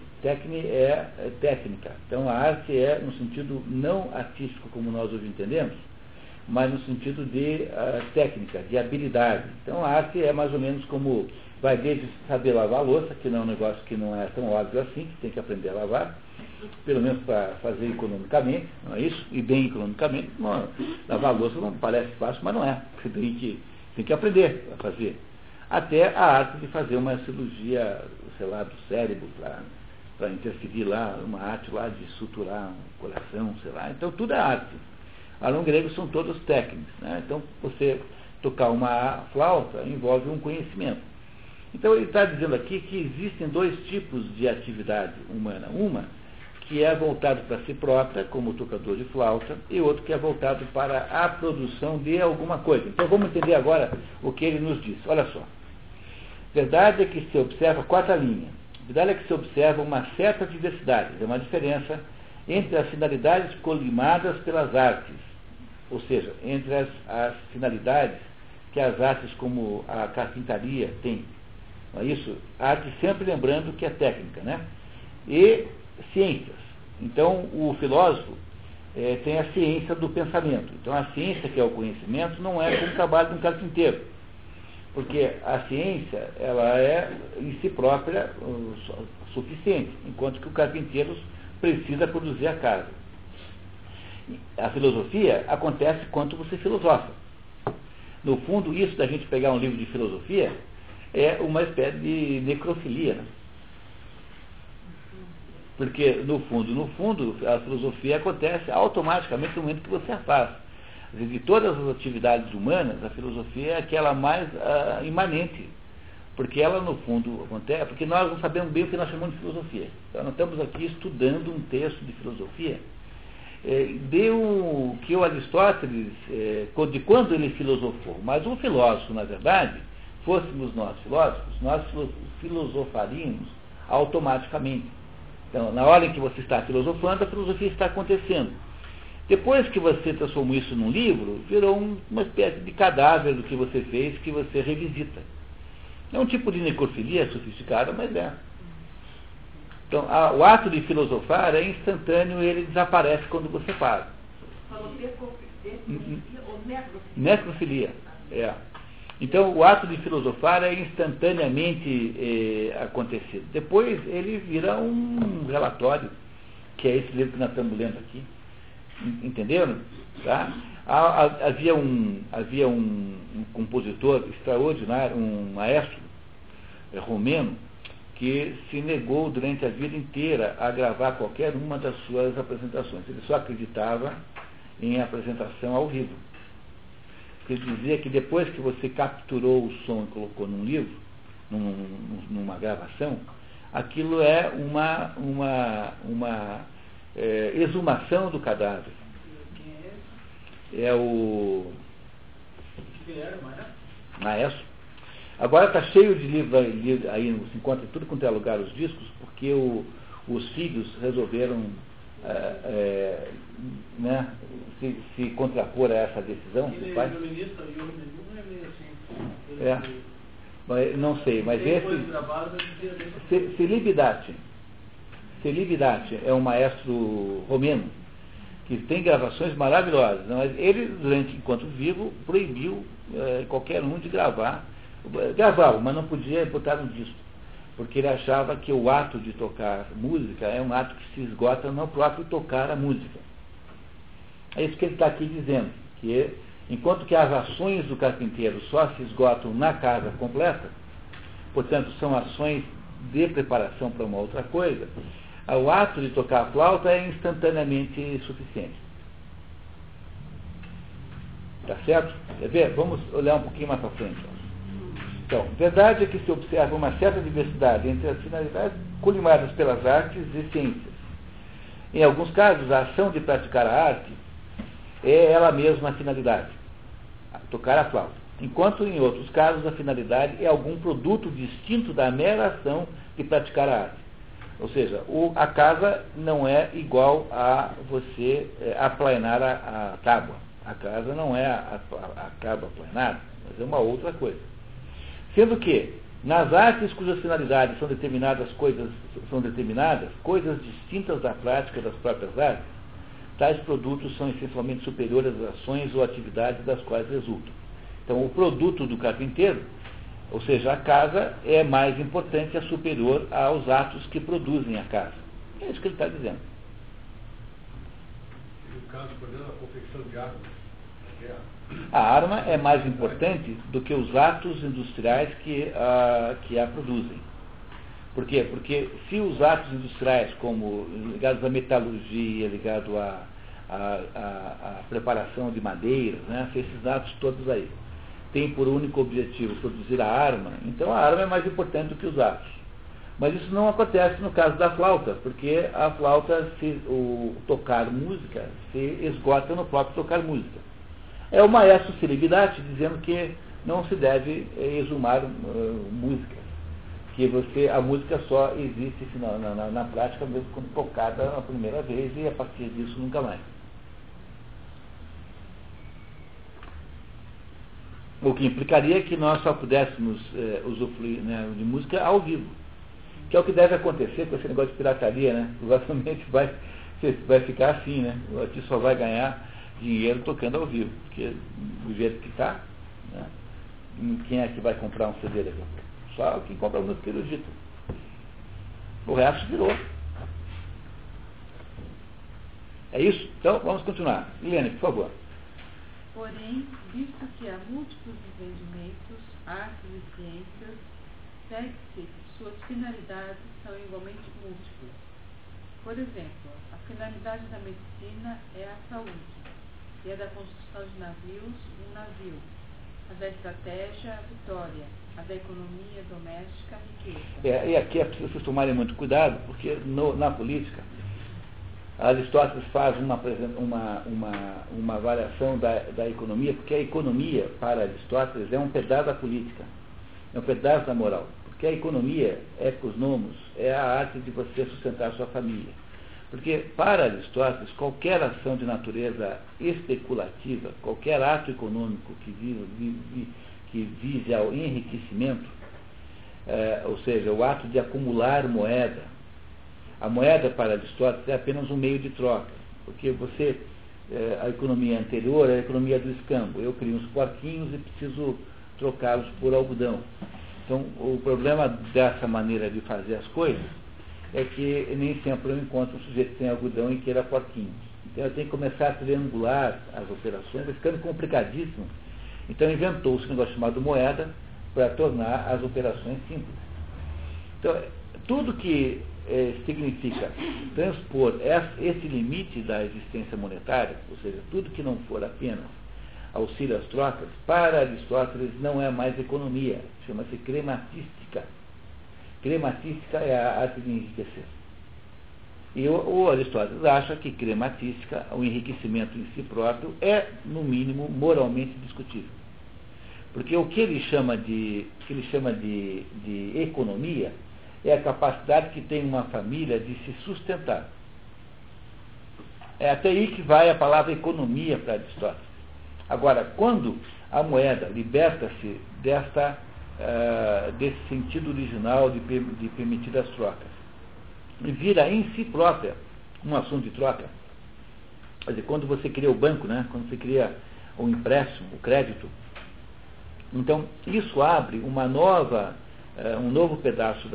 é técnica. Então a arte é no sentido não artístico, como nós hoje entendemos, mas no sentido de técnica, de habilidade. Então a arte é mais ou menos como vai desde saber lavar a louça, que não é um negócio que não é tão óbvio assim, que tem que aprender a lavar, pelo menos para fazer economicamente, não é isso? E bem economicamente. Não, lavar a louça não parece fácil, mas não é. Você tem que aprender a fazer. Até a arte de fazer uma cirurgia, sei lá, do cérebro, para interferir lá, uma arte lá de suturar um coração, sei lá. Então tudo é arte. Alunos gregos são todos técnicos, né? Então você tocar uma flauta envolve um conhecimento. Então ele está dizendo aqui que existem dois tipos de atividade humana. Uma que é voltado para si própria, como o tocador de flauta, e outro que é voltado para a produção de alguma coisa. Então vamos entender agora o que ele nos diz. Olha só. Verdade é que se observa, quarta linha, verdade é que se observa uma certa diversidade, é uma diferença entre as finalidades colimadas pelas artes, ou seja, entre as finalidades que as artes como a carpintaria têm. Não é isso? Arte sempre lembrando que é técnica, né? E ciências. Então, o filósofo tem a ciência do pensamento. Então a ciência, que é o conhecimento, não é como o trabalho de um carpinteiro. Porque a ciência, ela é em si própria suficiente, enquanto que o carpinteiro precisa produzir a casa. A filosofia acontece quando você filosofa. No fundo, isso da gente pegar um livro de filosofia é uma espécie de necrofilia, né? Porque, no fundo, a filosofia acontece automaticamente no momento que você a faz. De todas as atividades humanas, a filosofia é aquela mais imanente. Porque ela, no fundo, acontece, porque nós não sabemos bem o que nós chamamos de filosofia. Então, nós estamos aqui estudando um texto de filosofia. Deu que o Aristóteles, de quando ele filosofou, mas um filósofo, na verdade, fôssemos nós filósofos, nós filosofaríamos automaticamente. Então, na hora em que você está filosofando, a filosofia está acontecendo. Depois que você transformou isso num livro, virou uma espécie de cadáver do que você fez, que você revisita. É um tipo de necrofilia sofisticada, mas é. Então, o ato de filosofar é instantâneo, ele desaparece quando você para. Falou ou necrofilia. É. Então, o ato de filosofar é instantaneamente acontecido. Depois, ele vira um relatório, que é esse livro que nós estamos lendo aqui. Entenderam? Tá? Havia um compositor extraordinário, um maestro romeno, que se negou durante a vida inteira a gravar qualquer uma das suas apresentações. Ele só acreditava em apresentação ao vivo. Ele dizia que depois que você capturou o som e colocou num livro, numa gravação, aquilo é uma exumação do cadáver. É o maestro. Agora está cheio de livros aí, se encontra tudo quanto é lugar os discos, porque os filhos resolveram se contrapor a essa decisão do pai. Não sei, mas esse Celibidache é um maestro romeno que tem gravações maravilhosas, mas ele, enquanto vivo, proibiu qualquer um de gravar. Gravava, mas não podia botar um disco, porque ele achava que o ato de tocar música é um ato que se esgota no próprio tocar a música. É isso que ele está aqui dizendo, que enquanto que as ações do carpinteiro só se esgotam na casa completa, portanto são ações de preparação para uma outra coisa, o ato de tocar a flauta é instantaneamente suficiente. Tá certo? Quer ver? Vamos olhar um pouquinho mais para frente. Então, verdade é que se observa uma certa diversidade entre as finalidades colimadas pelas artes e ciências. Em alguns casos, a ação de praticar a arte é ela mesma a finalidade, tocar a flauta. Enquanto em outros casos, a finalidade é algum produto distinto da mera ação de praticar a arte. Ou seja, a casa não é igual a você aplanar a tábua. A casa não é a tábua aplanada, mas é uma outra coisa. Sendo que, nas artes cujas finalidades são determinadas, coisas distintas da prática das próprias artes, tais produtos são essencialmente superiores às ações ou atividades das quais resultam. Então, o produto do carpinteiro, ou seja, a casa, é mais importante, é superior aos atos que produzem a casa. É isso que ele está dizendo. No caso, por exemplo, a confecção de armas. A arma é mais importante do que os atos industriais que a produzem. Por quê? Porque se os atos industriais, como ligados à metalurgia, ligados à preparação de madeiras, né, esses atos todos aí, têm por único objetivo produzir a arma, então a arma é mais importante do que os atos. Mas isso não acontece no caso da flauta, porque a flauta, o tocar música, se esgota no próprio tocar música. É o maestro Celibidache dizendo que não se deve exumar música, que a música só existe na prática mesmo quando tocada a primeira vez e a partir disso nunca mais. O que implicaria que nós só pudéssemos usufruir, né, de música ao vivo, que é o que deve acontecer com esse negócio de pirataria, né? Provavelmente vai você vai ficar assim, né? Aqui só vai ganhar dinheiro tocando ao vivo, porque do jeito que está, né? Quem é que vai comprar um CD daqui? Só quem compra música erudita. O resto virou. É isso? Então, vamos continuar. Helene, por favor. Porém, visto que há múltiplos entendimentos, artes e ciências, segue-se que suas finalidades são igualmente múltiplas. Por exemplo, a finalidade da medicina é a saúde, e a da construção de navios, um navio. A da estratégia, a vitória. A da economia doméstica, a riqueza. E aqui é preciso vocês tomarem muito cuidado, porque na política, Aristóteles faz uma avaliação da economia, porque a economia, para Aristóteles, é um pedaço da política, é um pedaço da moral. Porque a economia é, para os nomos, é a arte de você sustentar a sua família. Porque, para Aristóteles, qualquer ação de natureza especulativa, qualquer ato econômico que vise ao enriquecimento, ou seja, o ato de acumular moeda, a moeda para Aristóteles é apenas um meio de troca, porque a economia anterior é a economia do escambo. Eu crio uns porquinhos e preciso trocá-los por algodão. Então, o problema dessa maneira de fazer as coisas é que nem sempre eu encontro um sujeito que tem algodão e queira porquinhos. Então, eu tenho que começar a triangular as operações, vai ficando complicadíssimo. Então, inventou-se um negócio chamado moeda para tornar as operações simples. Então, tudo que significa transpor esse limite da existência monetária, ou seja, tudo que não for apenas auxílio às trocas, para Aristóteles não é mais economia, chama-se crematística. Crematística é a arte de enriquecer. E o Aristóteles acha que crematística, o enriquecimento em si próprio, é, no mínimo, moralmente discutível. Porque o que ele chama de economia é a capacidade que tem uma família de se sustentar. É até aí que vai a palavra economia para Aristóteles. Agora, quando a moeda liberta-se desse sentido original de permitir as trocas e vira em si própria um assunto de troca, quer dizer, quando você cria o banco, né, quando você cria o empréstimo, o crédito, então isso abre um novo pedaço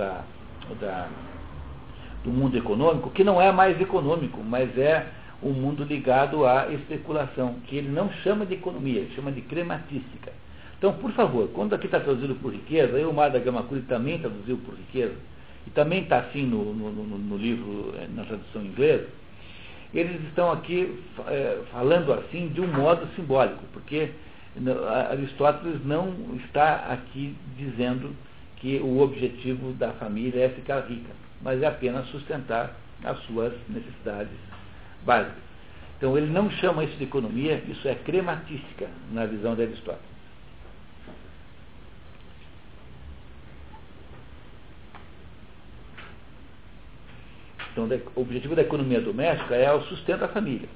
do mundo econômico, que não é mais econômico, mas é um mundo ligado à especulação, que ele não chama de economia, ele chama de crematística. Então, por favor, quando aqui está traduzido por riqueza, o Omar da Gama Curi também traduziu por riqueza, e também está assim no livro, na tradução inglesa, eles estão aqui falando assim de um modo simbólico, porque Aristóteles não está aqui dizendo que o objetivo da família é ficar rica, mas é apenas sustentar as suas necessidades básicas. Então ele não chama isso de economia, isso é crematística na visão de Aristóteles. Então o objetivo da economia doméstica é o sustento da família.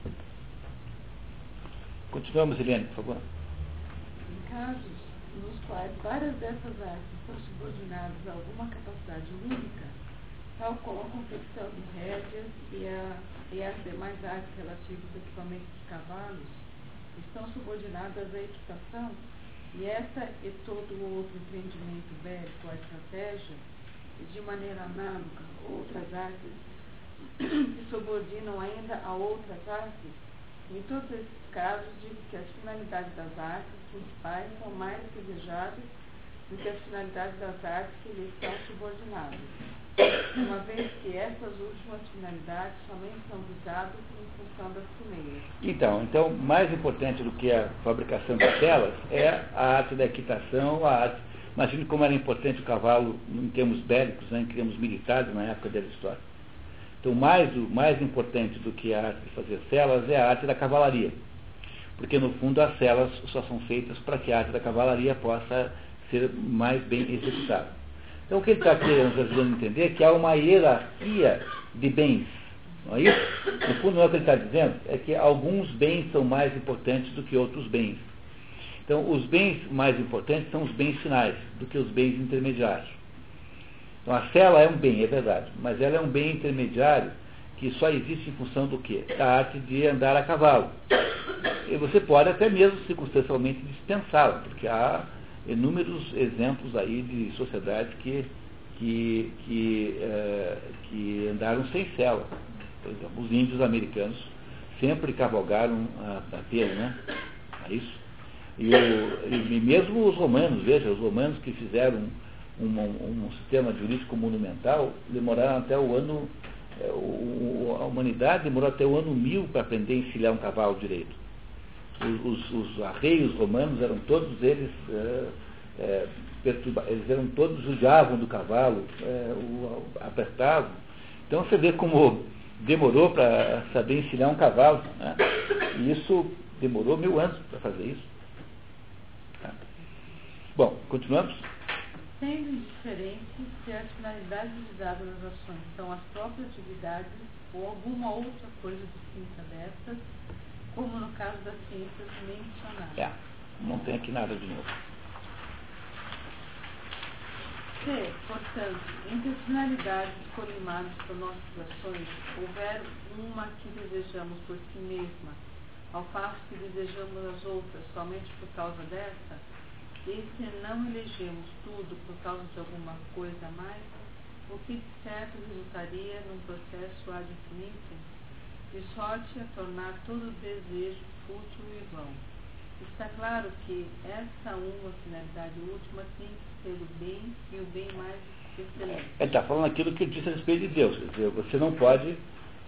Continuamos, Helene, por favor. Em casos nos quais várias dessas artes são subordinadas a alguma capacidade única, tal como a confecção de rédeas e as demais artes relativas ao equipamento de cavalos, estão subordinadas à equitação, e essa e todo o outro empreendimento bélico, a estratégia, e de maneira análoga, outras artes se subordinam ainda a outras artes. Em todos esses casos, digo que as finalidades das artes principais são mais desejáveis do que as finalidades das artes que lhes são subordinadas, uma vez que essas últimas finalidades somente são visadas em função das primeiras. Então, mais importante do que a fabricação de telas é a arte da equitação, a arte. Imagine como era importante o cavalo em termos bélicos, né, em termos militares, na época de Aristóteles. Então, mais importante do que a arte de fazer celas é a arte da cavalaria. Porque, no fundo, as celas só são feitas para que a arte da cavalaria possa ser mais bem executada. Então, o que ele está querendo ajudando a entender é que há uma hierarquia de bens. Não é isso? No fundo, não é o que ele está dizendo, é que alguns bens são mais importantes do que outros bens. Então, os bens mais importantes são os bens finais do que os bens intermediários. Então, a cela é um bem, é verdade, mas ela é um bem intermediário que só existe em função do quê? Da arte de andar a cavalo. E você pode até mesmo circunstancialmente dispensá-la, porque há inúmeros exemplos aí de sociedades que andaram sem sela. Por exemplo, os índios americanos sempre cavalgaram a pelo, né? É isso. E mesmo os romanos, veja, os romanos que fizeram um sistema jurídico monumental, demoraram até o ano, a humanidade demorou até o ano 1000 para aprender a encilhar um cavalo direito. Os arreios romanos eram todos eles eles eram todos judiavam do cavalo, apertavam. Então você vê como demorou para saber encilhar um cavalo, né? E isso demorou 1000 anos para fazer isso. Bom, continuamos? Sendo indiferente se as finalidades visadas nas ações são as próprias atividades ou alguma outra coisa distinta destas, como no caso das ciências mencionadas. Não tem aqui nada de novo. Se, portanto, entre as finalidades colimadas por nossas ações, houver uma que desejamos por si mesma, ao passo que desejamos as outras somente por causa dessa, e se não elegemos tudo por causa de alguma coisa a mais, o que de certo resultaria num processo ad infinitum, de sorte a tornar todo desejo fútil e vão. Está claro que essa uma finalidade última tem que ser o bem e o bem mais excelente. Ele está falando aquilo que ele disse a respeito de Deus. Quer dizer, você não pode,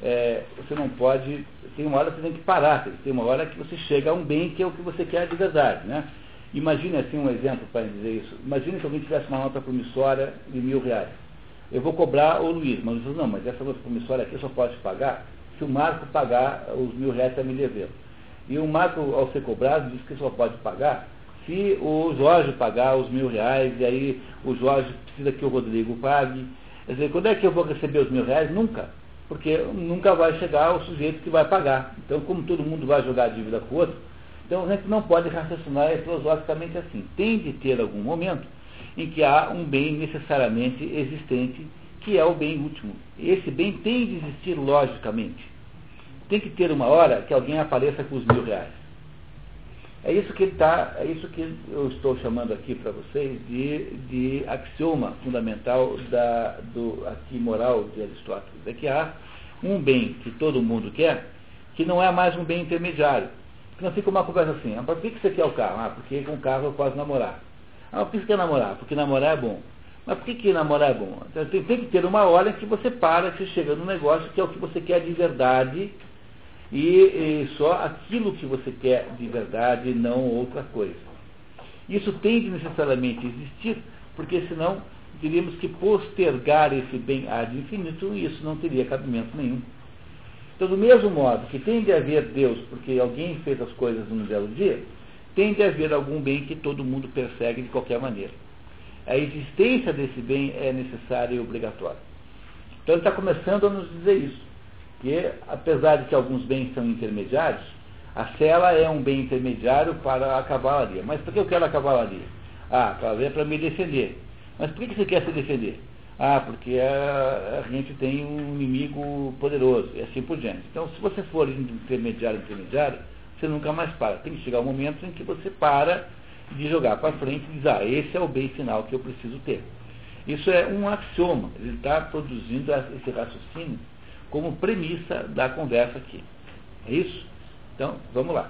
tem uma hora que você tem que parar, tem uma hora que você chega a um bem que é o que você quer de verdade, né? Imagine assim um exemplo para dizer isso. Imagine que alguém tivesse uma nota promissória de R$1.000. Eu vou cobrar o Luiz, mas Luiz não, mas essa nota promissória aqui só pode pagar se o Marco pagar os R$1.000 que está me devendo. E o Marco, ao ser cobrado, diz que só pode pagar se o Jorge pagar os R$1.000, e aí o Jorge precisa que o Rodrigo pague. Quer dizer, quando é que eu vou receber os R$1.000? Nunca. Porque nunca vai chegar o sujeito que vai pagar. Então, como todo mundo vai jogar a dívida com o outro, então a gente não pode raciocinar filosoficamente assim. Tem de ter algum momento em que há um bem necessariamente existente, que é o bem último. Esse bem tem de existir logicamente. Tem que ter uma hora que alguém apareça com os R$1.000. É isso que eu estou chamando aqui para vocês de axioma fundamental aqui moral de Aristóteles. É que há um bem que todo mundo quer, que não é mais um bem intermediário. Porque não fica uma conversa assim, por que você quer o carro? Porque com o carro eu posso namorar. Por que você quer namorar? Porque namorar é bom. Mas por que namorar é bom? Então, tem que ter uma hora em que você para, que você chega num negócio que é o que você quer de verdade, e só aquilo que você quer de verdade, não outra coisa. Isso tem de necessariamente existir, porque senão teríamos que postergar esse bem ad infinitum, e isso não teria cabimento nenhum. Então, do mesmo modo que tem de haver Deus, porque alguém fez as coisas num belo dia, tem de haver algum bem que todo mundo persegue de qualquer maneira. A existência desse bem é necessária e obrigatória. Então, ele está começando a nos dizer isso, que apesar de que alguns bens são intermediários, a sela é um bem intermediário para a cavalaria. Mas por que eu quero a cavalaria? A cavalaria é para me defender. Mas por que você quer se defender? Porque a gente tem um inimigo poderoso, e assim por diante. Então, se você for intermediário, você nunca mais para. Tem que chegar um momento em que você para de jogar para frente e diz, esse é o bem final que eu preciso ter. Isso é um axioma. Ele está produzindo esse raciocínio como premissa da conversa aqui. É isso? Então, vamos lá.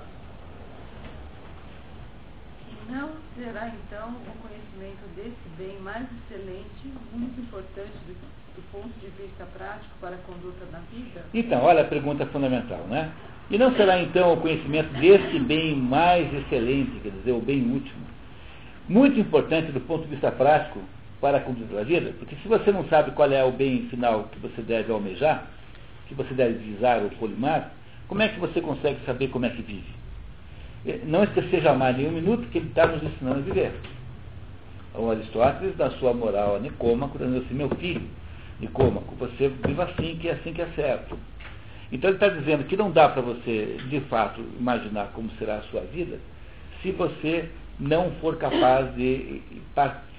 Não será, então, o conhecimento desse bem mais excelente, muito importante do ponto de vista prático para a conduta na vida? Então, olha a pergunta fundamental, né? E não será, então, o conhecimento desse bem mais excelente, quer dizer, o bem último, muito importante do ponto de vista prático para a conduta da vida? Porque se você não sabe qual é o bem final que você deve almejar, que você deve visar ou colimar, como é que você consegue saber como é que vive? Não esquecer jamais nenhum minuto que ele está nos ensinando a viver. O Aristóteles, na sua moral a Nicômaco, dizendo assim, meu filho, Nicômaco, você viva assim que é certo. Então ele está dizendo que não dá para você, de fato, imaginar como será a sua vida, se você não for capaz de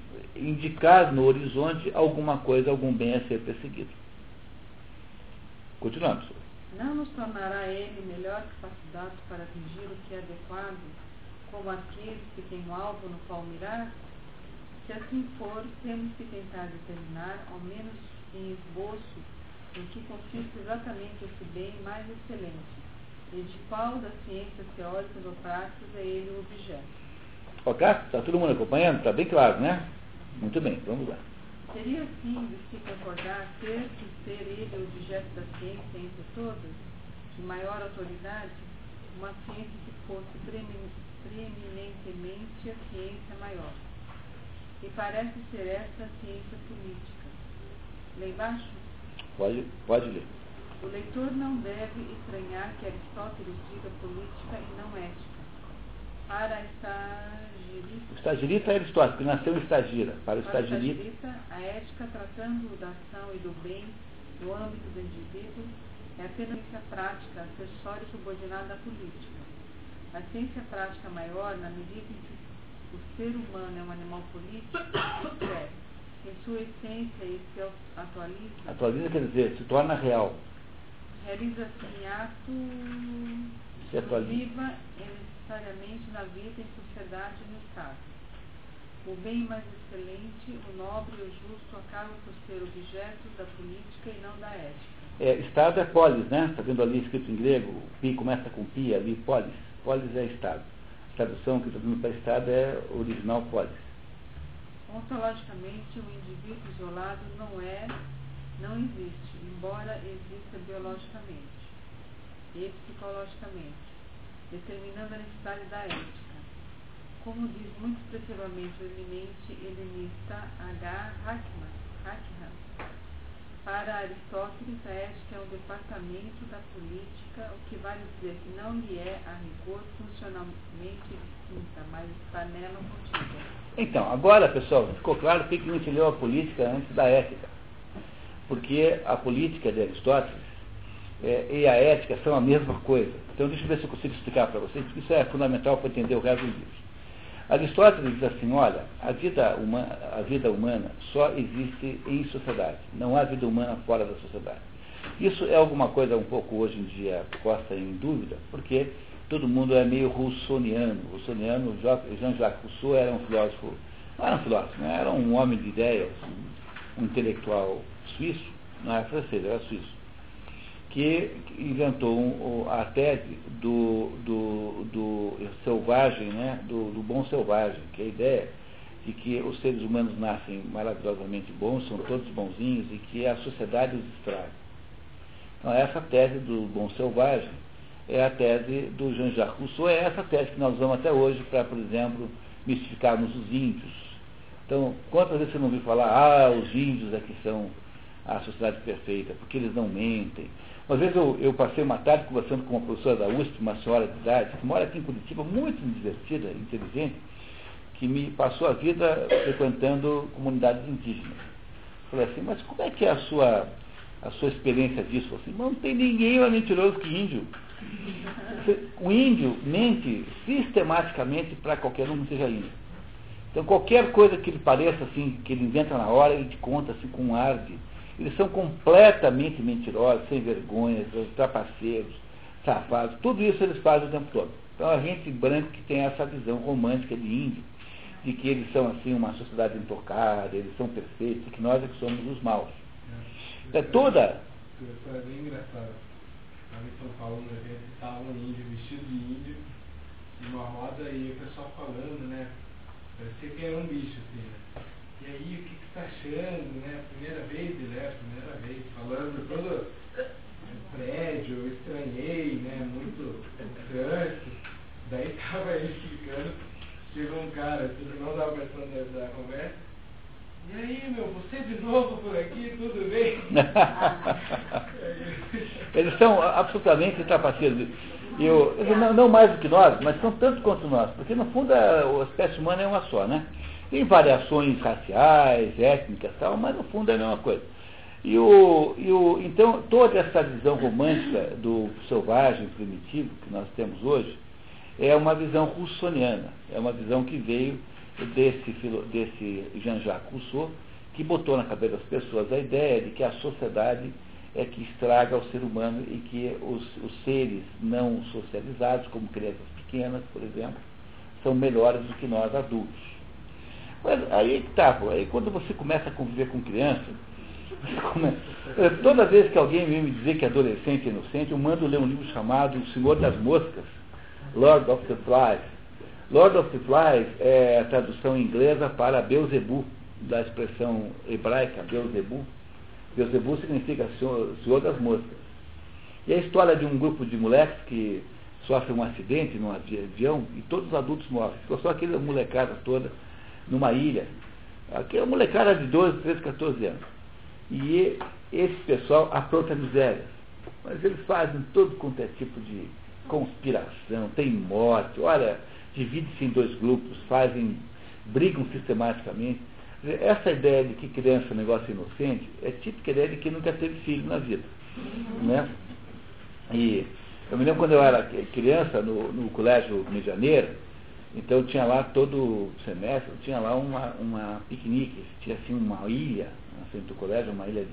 indicar no horizonte alguma coisa, algum bem a ser perseguido. Continuamos. Não nos tornará ele melhor capacitado para atingir o que é adequado, como aqueles que têm um alvo no qual mirar? Se assim for, temos que tentar determinar, ao menos em esboço, em que consiste exatamente esse bem mais excelente, e de qual das ciências teóricas ou práticas é ele o objeto. Ok? Está todo mundo acompanhando? Está bem claro, né? Muito bem, vamos lá. Seria assim de se concordar ter que ser ele o objeto da ciência entre todas, de maior autoridade, uma ciência que fosse preeminentemente a ciência maior. E parece ser esta a ciência política. Lá embaixo? Pode ler. O leitor não deve estranhar que Aristóteles diga política e não ética. Para o estagirita é Aristóteles, que nasceu em Estagira. Para o estagirita, a ética, tratando da ação e do bem no âmbito do indivíduo, é apenas ciência prática, acessório subordinado à política. A ciência prática maior, na medida em que o ser humano é um animal político, isto é, em sua essência e se atualiza. Atualiza quer dizer, se torna real. Realiza-se em ato viva necessariamente na vida em sociedade e no Estado. O bem mais excelente, o nobre e o justo acabam por ser objetos da política e não da ética. Estado é polis, né? Está vendo ali escrito em grego, o pi começa com pi, ali polis. Polis é Estado. A tradução que está vindo para Estado é original polis. Ontologicamente, o indivíduo isolado não existe, embora exista biologicamente e psicologicamente, determinando a necessidade da ética. Como diz muito expressivamente o eminente helenista H. Hackman, para Aristóteles, a ética é um departamento da política, o que vale dizer que não lhe é, a rigor, funcionalmente distinta, mas está nela contida. Então, agora, pessoal, ficou claro por que a gente leu a política antes da ética. Porque a política de Aristóteles e a ética são a mesma coisa. Então, deixa eu ver se eu consigo explicar para vocês, porque isso é fundamental para entender o resto do livro. Aristóteles diz assim, olha, a vida humana só existe em sociedade. Não há vida humana fora da sociedade. Isso é alguma coisa um pouco hoje em dia posta em dúvida, porque todo mundo é meio russoniano. Jean-Jacques Rousseau era um filósofo, não era um filósofo, né? Era um homem de ideias, um intelectual suíço, não era francês, era suíço, que inventou a tese do selvagem, né? do bom selvagem, que é a ideia de que os seres humanos nascem maravilhosamente bons, são todos bonzinhos e que a sociedade os estraga. Então, essa tese do bom selvagem é a tese do Jean-Jacques Rousseau, é essa tese que nós usamos até hoje para, por exemplo, mistificarmos os índios. Então, quantas vezes você não ouviu falar, os índios é que são a sociedade perfeita, porque eles não mentem. Uma vez eu passei uma tarde conversando com uma professora da USP, uma senhora de idade, que mora aqui em Curitiba, muito divertida, inteligente, que me passou a vida frequentando comunidades indígenas. Falei assim, mas como é que é a sua experiência disso? Falei assim, não tem ninguém mais mentiroso que índio. O índio mente sistematicamente para qualquer um que seja índio. Então qualquer coisa que ele pareça assim, que ele inventa na hora, ele te conta assim com um ar de... Eles são completamente mentirosos, sem vergonha, trapaceiros, safados, tudo isso eles fazem o tempo todo. Então a gente branco que tem essa visão romântica de índio, de que eles são assim uma sociedade intocada, eles são perfeitos, e que nós é que somos os maus. É toda... Isso é bem engraçado. Lá em São Paulo, no evento, estava um índio vestido de índio, numa roda, e o pessoal falando, né? Parecia que era um bicho, assim, né? E aí, o que você está achando, né? Primeira vez, primeira vez, falando todo prédio, eu estranhei, né? Muito trânsito. Daí estava ele explicando, chegou um cara, assim, que não estava participando da conversa. E aí, você de novo por aqui, tudo bem? Eles são absolutamente trapaceiros. Não mais do que nós, mas são tanto quanto nós, porque no fundo a espécie humana é uma só, né? Tem variações raciais, étnicas e tal, mas no fundo é a mesma coisa. Então, toda essa visão romântica do selvagem primitivo que nós temos hoje é uma visão russoniana, é uma visão que veio desse Jean-Jacques Rousseau, que botou na cabeça das pessoas a ideia de que a sociedade é que estraga o ser humano e que os seres não socializados, como crianças pequenas, por exemplo, são melhores do que nós adultos. Mas aí que tá, aí quando você começa a conviver com criança, toda vez que alguém vem me dizer que adolescente é inocente, eu mando ler um livro chamado O Senhor das Moscas, Lord of the Flies. Lord of the Flies é a tradução inglesa para Beelzebub, da expressão hebraica, Beelzebub. Beelzebub significa Senhor das Moscas. E a história de um grupo de moleques que sofrem um acidente num avião e todos os adultos morrem. Ficou só aquela molecada toda numa ilha. Aquela molecada de 12, 13, 14 anos. E esse pessoal apronta misérias. Mas eles fazem todo quanto é tipo de conspiração, tem morte, olha, divide-se em 2 grupos, brigam sistematicamente. Essa ideia de que criança é um negócio inocente é típica ideia de que nunca teve filho na vida. Né? E eu me lembro quando eu era criança, no colégio Rio de Janeiro, então tinha lá todo semestre, tinha lá uma piquenique, tinha assim uma ilha, na frente do colégio, uma ilha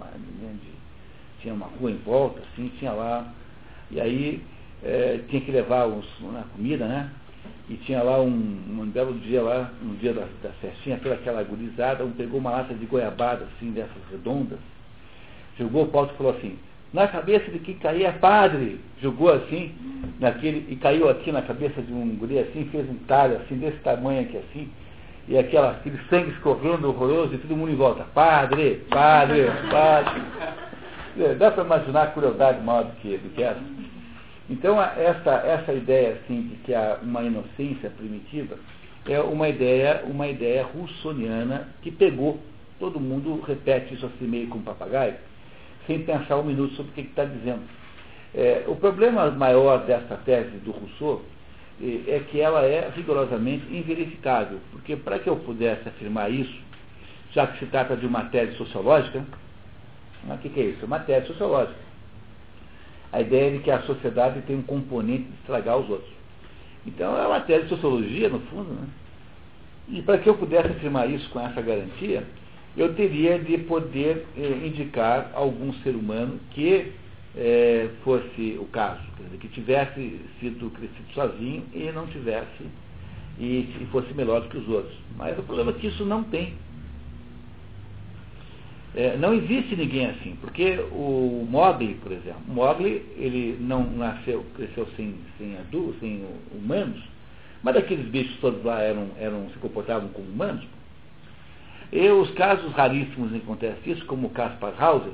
tinha uma rua em volta, assim, tinha lá, e aí tinha que levar uma comida, né? E tinha lá um belo dia lá, no dia da festinha, toda aquela gurizada, pegou uma lata de goiabada, assim, dessas redondas, jogou o pau e falou assim, na cabeça de quem caía padre, jogou assim, e caiu aqui na cabeça de um guri assim, fez um talho assim, desse tamanho aqui assim, e aquele sangue escorrendo horroroso, e todo mundo em volta, padre, padre, padre. Dá para imaginar a crueldade maior do que essa? Então, essa ideia assim, de que há uma inocência primitiva é uma ideia russoniana que pegou, todo mundo repete isso assim meio com papagaio, sem pensar um minuto sobre o que está dizendo. O problema maior dessa tese do Rousseau é que ela é rigorosamente inverificável, porque para que eu pudesse afirmar isso, já que se trata de uma tese sociológica, o que é isso? É uma tese sociológica. A ideia de que a sociedade tem um componente de estragar os outros. Então é uma tese de sociologia, no fundo, né? E para que eu pudesse afirmar isso com essa garantia, eu teria de poder indicar algum ser humano que fosse o caso, quer dizer, que tivesse sido crescido sozinho e não tivesse, e fosse melhor do que os outros. Mas o problema é que isso não tem. Não existe ninguém assim, porque o Mowgli, por exemplo, ele não cresceu sem adultos, sem humanos, mas aqueles bichos todos lá se comportavam como humanos. E os casos raríssimos em que acontece isso, como o Caspar Hauser,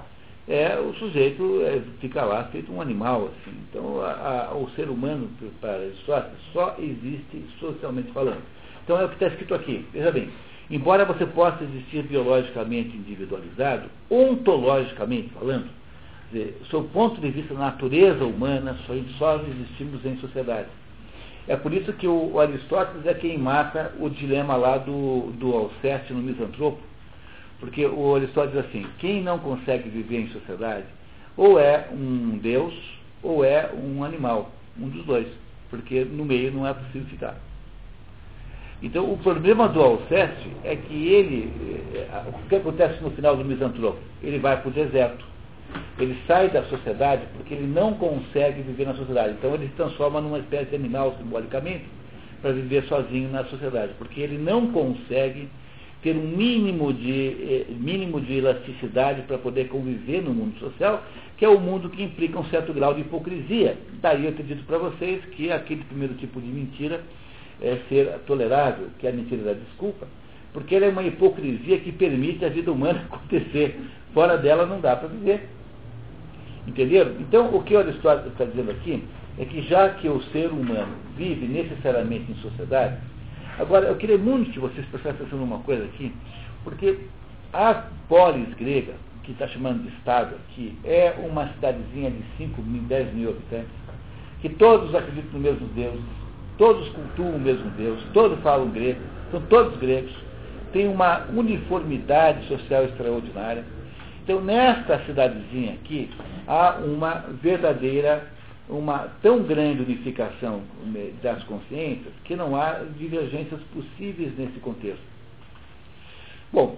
o sujeito fica lá feito um animal, assim. Então o ser humano, para Aristóteles, só existe socialmente falando. Então é o que está escrito aqui, veja bem. Embora você possa existir biologicamente individualizado, ontologicamente falando, quer dizer, sob o ponto de vista da natureza humana, só existimos em sociedade. É por isso que o Aristóteles é quem mata o dilema lá do Alceste no Misantropo, porque o Aristóteles diz assim, quem não consegue viver em sociedade, ou é um deus, ou é um animal, um dos dois, porque no meio não é possível ficar. Então, o problema do Alceste é que o que acontece no final do Misantropo? Ele vai para o deserto. Ele sai da sociedade porque ele não consegue viver na sociedade. Então, ele se transforma numa espécie de animal, simbolicamente, para viver sozinho na sociedade. Porque ele não consegue ter um mínimo de elasticidade para poder conviver no mundo social, que é o mundo que implica um certo grau de hipocrisia. Daí eu ter dito para vocês que aquele primeiro tipo de mentira é ser tolerável, que é a mentira da desculpa, porque ela é uma hipocrisia que permite a vida humana acontecer. Fora dela não dá para viver. Entenderam? Então, o que o Aristóteles está dizendo aqui é que já que o ser humano vive necessariamente em sociedade, agora eu queria muito que vocês prestassem atenção numa coisa aqui, porque a polis grega, que está chamando de Estado aqui, é uma cidadezinha de 5 mil, 10 mil habitantes, que todos acreditam no mesmo Deus, todos cultuam o mesmo Deus, todos falam grego, são todos gregos, tem uma uniformidade social extraordinária. Então, nesta cidadezinha aqui, há uma verdadeira, uma tão grande unificação das consciências que não há divergências possíveis nesse contexto. Bom,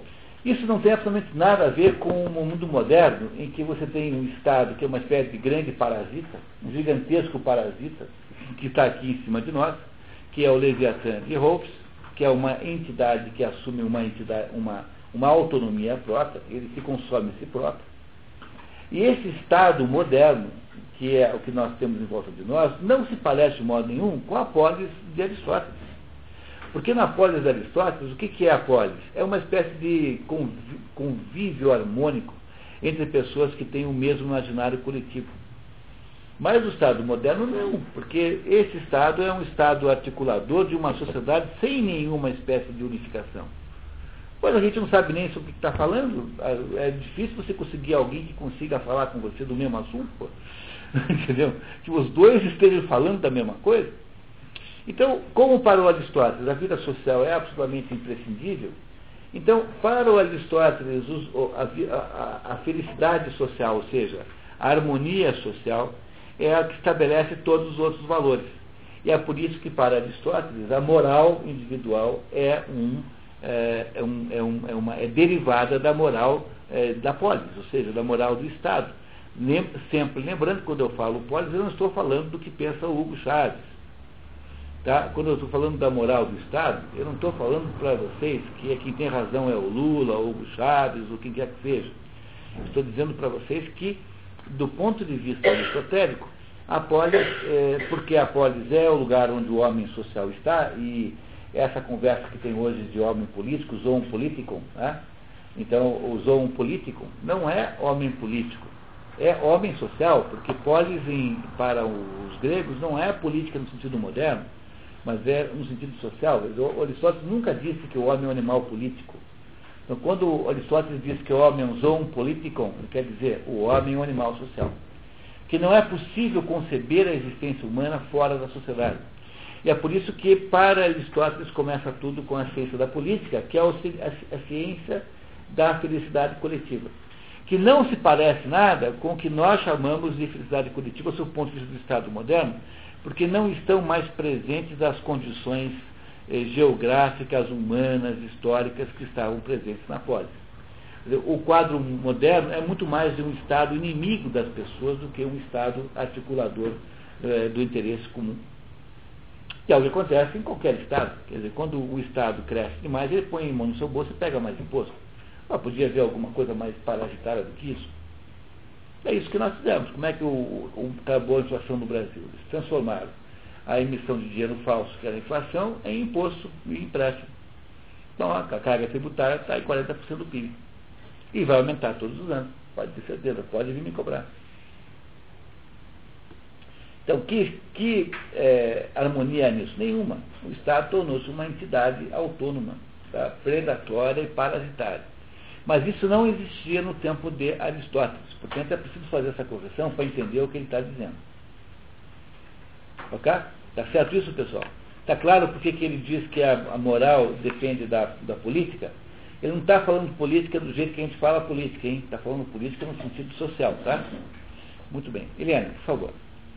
Isso não tem absolutamente nada a ver com o mundo moderno, em que você tem um Estado que é uma espécie de grande parasita, um gigantesco parasita, que está aqui em cima de nós, que é o Leviathan de Hobbes, que é uma entidade que assume uma autonomia própria, ele se consome a si próprio. E esse Estado moderno, que é o que nós temos em volta de nós, não se parece de modo nenhum com a polis de Aristóteles. Porque na polis de Aristóteles, o que é a polis? É uma espécie de convívio harmônico entre pessoas que têm o mesmo imaginário coletivo. Mas o Estado moderno não, porque esse Estado é um Estado articulador de uma sociedade sem nenhuma espécie de unificação. Pois a gente não sabe nem sobre o que está falando. É difícil você conseguir alguém que consiga falar com você do mesmo assunto, pô. Entendeu? Que os dois estejam falando da mesma coisa. Então, como para o Aristóteles a vida social é absolutamente imprescindível, então, para o Aristóteles a felicidade social, ou seja, a harmonia social, é a que estabelece todos os outros valores. E é por isso que, para Aristóteles, a moral individual é derivada da moral da polis, ou seja, da moral do Estado. Sempre lembrando, quando eu falo polis, eu não estou falando do que pensa o Hugo Chávez. Tá? Quando eu estou falando da moral do Estado, eu não estou falando para vocês que quem tem razão é o Lula, o Hugo Chávez, ou quem quer que seja. Estou dizendo para vocês que, do ponto de vista aristotélico, a polis, porque a polis é o lugar onde o homem social está, e essa conversa que tem hoje de homem político, zoon politikon, né? Então o zoon politikon não é homem político, é homem social, porque polis para os gregos não é política no sentido moderno, mas é no sentido social. O Aristóteles nunca disse que o homem é um animal político. Então, quando o Aristóteles diz que o homem é um zoon politikon, ele quer dizer o homem é um animal social. Que não é possível conceber a existência humana fora da sociedade. E é por isso que, para Aristóteles, começa tudo com a ciência da política, que é a ciência da felicidade coletiva. Que não se parece nada com o que nós chamamos de felicidade coletiva, sob o ponto de vista do Estado moderno, porque não estão mais presentes as condições geográficas, humanas, históricas que estavam presentes na polis. O quadro moderno é muito mais de um Estado inimigo das pessoas do que um Estado articulador do interesse comum. Que é o que acontece em qualquer Estado. Quer dizer, quando o Estado cresce demais, ele põe a mão no seu bolso e pega mais imposto. Podia haver alguma coisa mais parasitária do que isso? É isso que nós fizemos. Como é que acabou a inflação no Brasil? Eles transformaram a emissão de dinheiro falso, que era a inflação, em imposto e empréstimo. Então a carga tributária está em 40% do PIB. E vai aumentar todos os anos. Pode ter certeza, pode vir me cobrar. Então, que harmonia é nisso? Nenhuma. O Estado tornou-se uma entidade autônoma, tá? Predatória e parasitária. Mas isso não existia no tempo de Aristóteles. Portanto, é preciso fazer essa correção para entender o que ele está dizendo. Ok? Está certo isso, pessoal? Está claro porque que ele diz que a moral depende da política? Ele não está falando política do jeito que a gente fala política, hein? Está falando política no sentido social, tá? Muito bem. Eliane, por favor.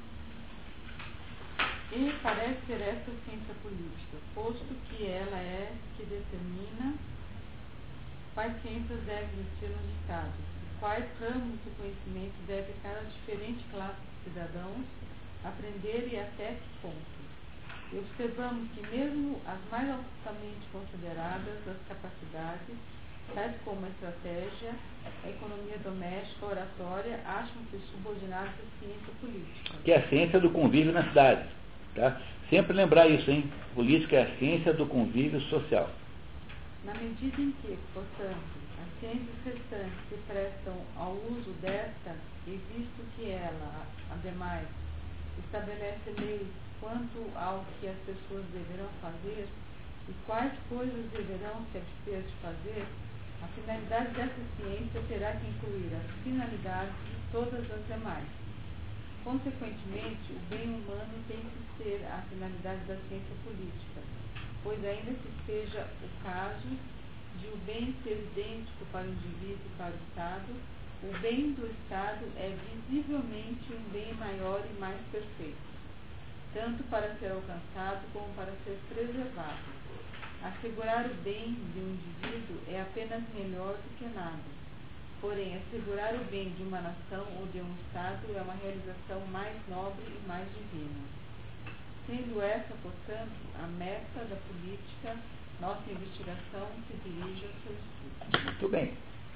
E parece ser essa ciência política, posto que ela é que determina quais ciências devem existir nos estados, quais ramos do conhecimento deve cada diferente classe de cidadãos aprender e até que ponto. E observamos que mesmo as mais altamente consideradas das capacidades, tais como a estratégia, a economia doméstica, a oratória, acham-se subordinadas à ciência política. Que é a ciência do convívio na cidade. Tá? Sempre lembrar isso, hein? Política é a ciência do convívio social. Na medida em que, portanto, as ciências restantes se prestam ao uso desta, e visto que ela, ademais, estabelece leis quanto ao que as pessoas deverão fazer e quais coisas deverão se abster de fazer, a finalidade dessa ciência terá que incluir as finalidades de todas as demais. Consequentemente, o bem humano tem que ser a finalidade da ciência política, pois ainda que seja o caso de o bem ser idêntico para o indivíduo e para o Estado, o bem do Estado é visivelmente um bem maior e mais perfeito, tanto para ser alcançado como para ser preservado. Assegurar o bem de um indivíduo é apenas melhor do que nada. Porém, assegurar o bem de uma nação ou de um Estado é uma realização mais nobre e mais divina. Sendo essa, portanto, a meta da política, nossa investigação se dirige ao seu estudo. Muito bem.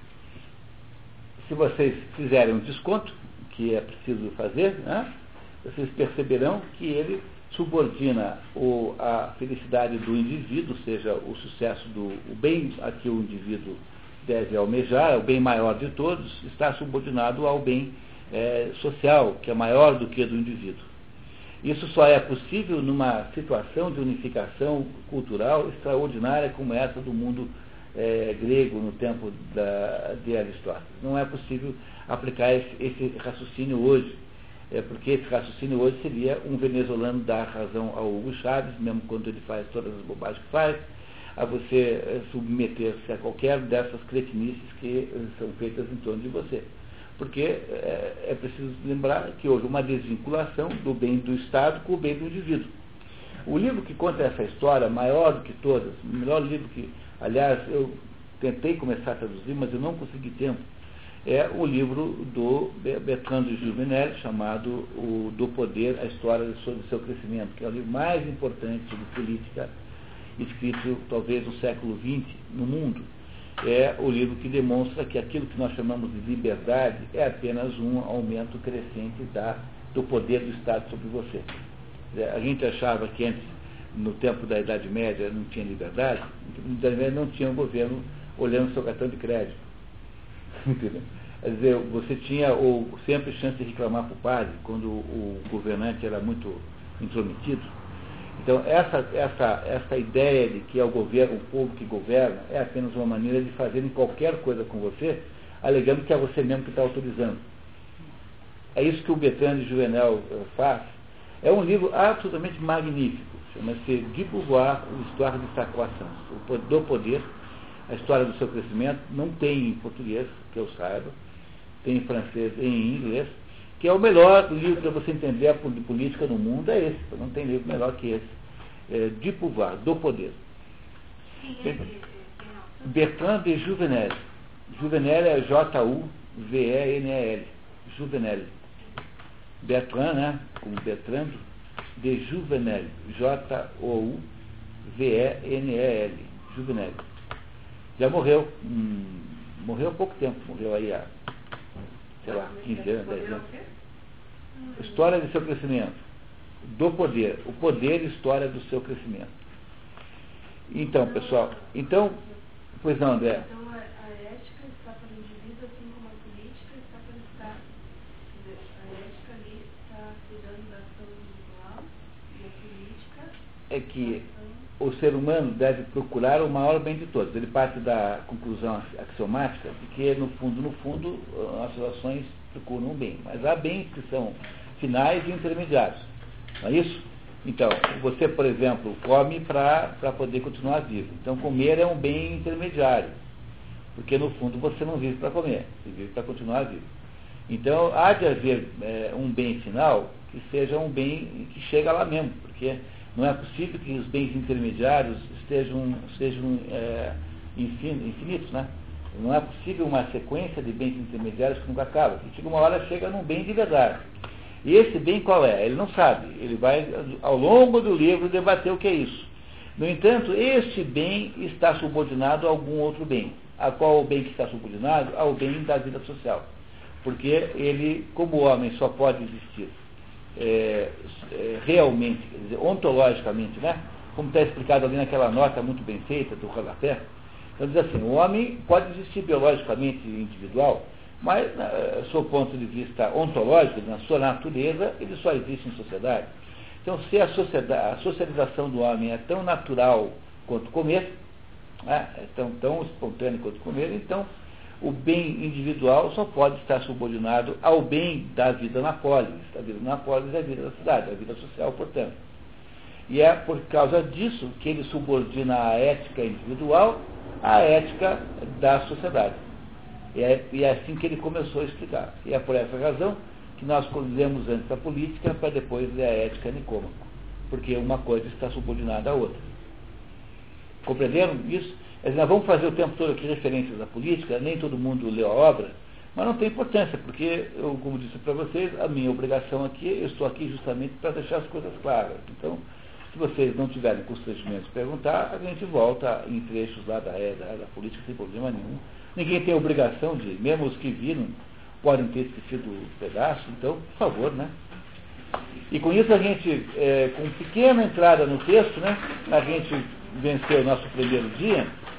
Se vocês fizerem um desconto, que é preciso fazer, né, vocês perceberão que ele subordina a felicidade do indivíduo, ou seja, o sucesso o bem a que o indivíduo deve almejar, o bem maior de todos, está subordinado ao bem social, que é maior do que do indivíduo. Isso só é possível numa situação de unificação cultural extraordinária como essa do mundo grego no tempo de Aristóteles. Não é possível aplicar esse raciocínio hoje, porque esse raciocínio hoje seria um venezuelano dar razão ao Hugo Chávez, mesmo quando ele faz todas as bobagens que faz, a você submeter-se a qualquer dessas cretinices que são feitas em torno de você. Porque é preciso lembrar que houve uma desvinculação do bem do Estado com o bem do indivíduo. O livro que conta essa história, maior do que todas, o melhor livro que, aliás, eu tentei começar a traduzir, mas eu não consegui tempo, é o livro do Bertrand de Juvenel, chamado Do Poder, a História sobre o Seu Crescimento, que é o livro mais importante de política escrito talvez no século XX no mundo. É o livro que demonstra que aquilo que nós chamamos de liberdade é apenas um aumento crescente do poder do Estado sobre você. A gente achava que antes, no tempo da Idade Média, não tinha liberdade, na Idade Média não tinha um governo olhando o seu cartão de crédito. Entendeu? Quer dizer, você tinha sempre chance de reclamar para o padre quando o governante era muito intrometido. Então, essa ideia de que é o governo, o povo que governa, é apenas uma maneira de fazerem qualquer coisa com você, alegando que é você mesmo que está autorizando. É isso que o Bertrand de Juvenel faz. É um livro absolutamente magnífico. Chama-se De Beauvoir, Histoire de sa croissance, do poder, a história do seu crescimento. Não tem em português, que eu saiba, tem em francês e em inglês, que é o melhor livro para você entender a política no mundo, é esse. Não tem livro melhor que esse. De Beauvoir, do poder. Bertrand de Juvenel. Juvenel é J-U-V-E-N-E-L. Juvenel. Bertrand, né? Como Bertrand, de Juvenel. J-O-U-V-E-N-E-L. Juvenel. Já morreu. Morreu há pouco tempo. Morreu aí há, sei lá, 15 anos, 10 anos. História do seu crescimento. Do poder. O poder e história do seu crescimento. Então, pessoal. Pois não, André. Então, a ética está para o indivíduo, assim como a política está para o Estado. A ética ali está cuidando da ação individual e a política... É que o ser humano deve procurar o maior bem de todos. Ele parte da conclusão axiomática de que, no fundo, as ações procuram um bem. Mas há bens que são finais e intermediários. Não é isso? Então, você, por exemplo, come para poder continuar vivo. Então, comer é um bem intermediário. Porque, no fundo, você não vive para comer. Você vive para continuar vivo. Então, há de haver um bem final que seja um bem que chega lá mesmo. Porque não é possível que os bens intermediários sejam infinitos, né? Não é possível uma sequência de bens intermediários que nunca acaba. Chega uma hora, chega num bem de verdade. E esse bem qual é? Ele não sabe. Ele vai, ao longo do livro, debater o que é isso. No entanto, este bem está subordinado a algum outro bem. A qual o bem que está subordinado? Ao bem da vida social. Porque ele, como homem, só pode existir realmente, quer dizer, ontologicamente, né? Como está explicado ali naquela nota muito bem feita do Rolapé. Então diz assim, o homem pode existir biologicamente individual, mas, sob o ponto de vista ontológico, na sua natureza, ele só existe em sociedade. Então, se a socialização do homem é tão natural quanto comer, né, é tão espontâneo quanto comer, então o bem individual só pode estar subordinado ao bem da vida na polis. A vida na polis é a vida da cidade, a vida social, portanto. E é por causa disso que ele subordina a ética individual à ética da sociedade. E é assim que ele começou a explicar. E é por essa razão que nós lemos antes a política para depois ler a ética nicômaco. Porque uma coisa está subordinada à outra. Compreenderam isso? Nós vamos fazer o tempo todo aqui referências à política, nem todo mundo leu a obra, mas não tem importância, porque, eu, como disse para vocês, a minha obrigação aqui, eu estou aqui justamente para deixar as coisas claras. Então, se vocês não tiverem constrangimento de perguntar, a gente volta em trechos lá da política sem problema nenhum. Ninguém tem obrigação de, mesmo os que viram, podem ter esquecido o pedaço, então, por favor, né? E com isso a gente, com pequena entrada no texto, né, a gente venceu o nosso primeiro dia.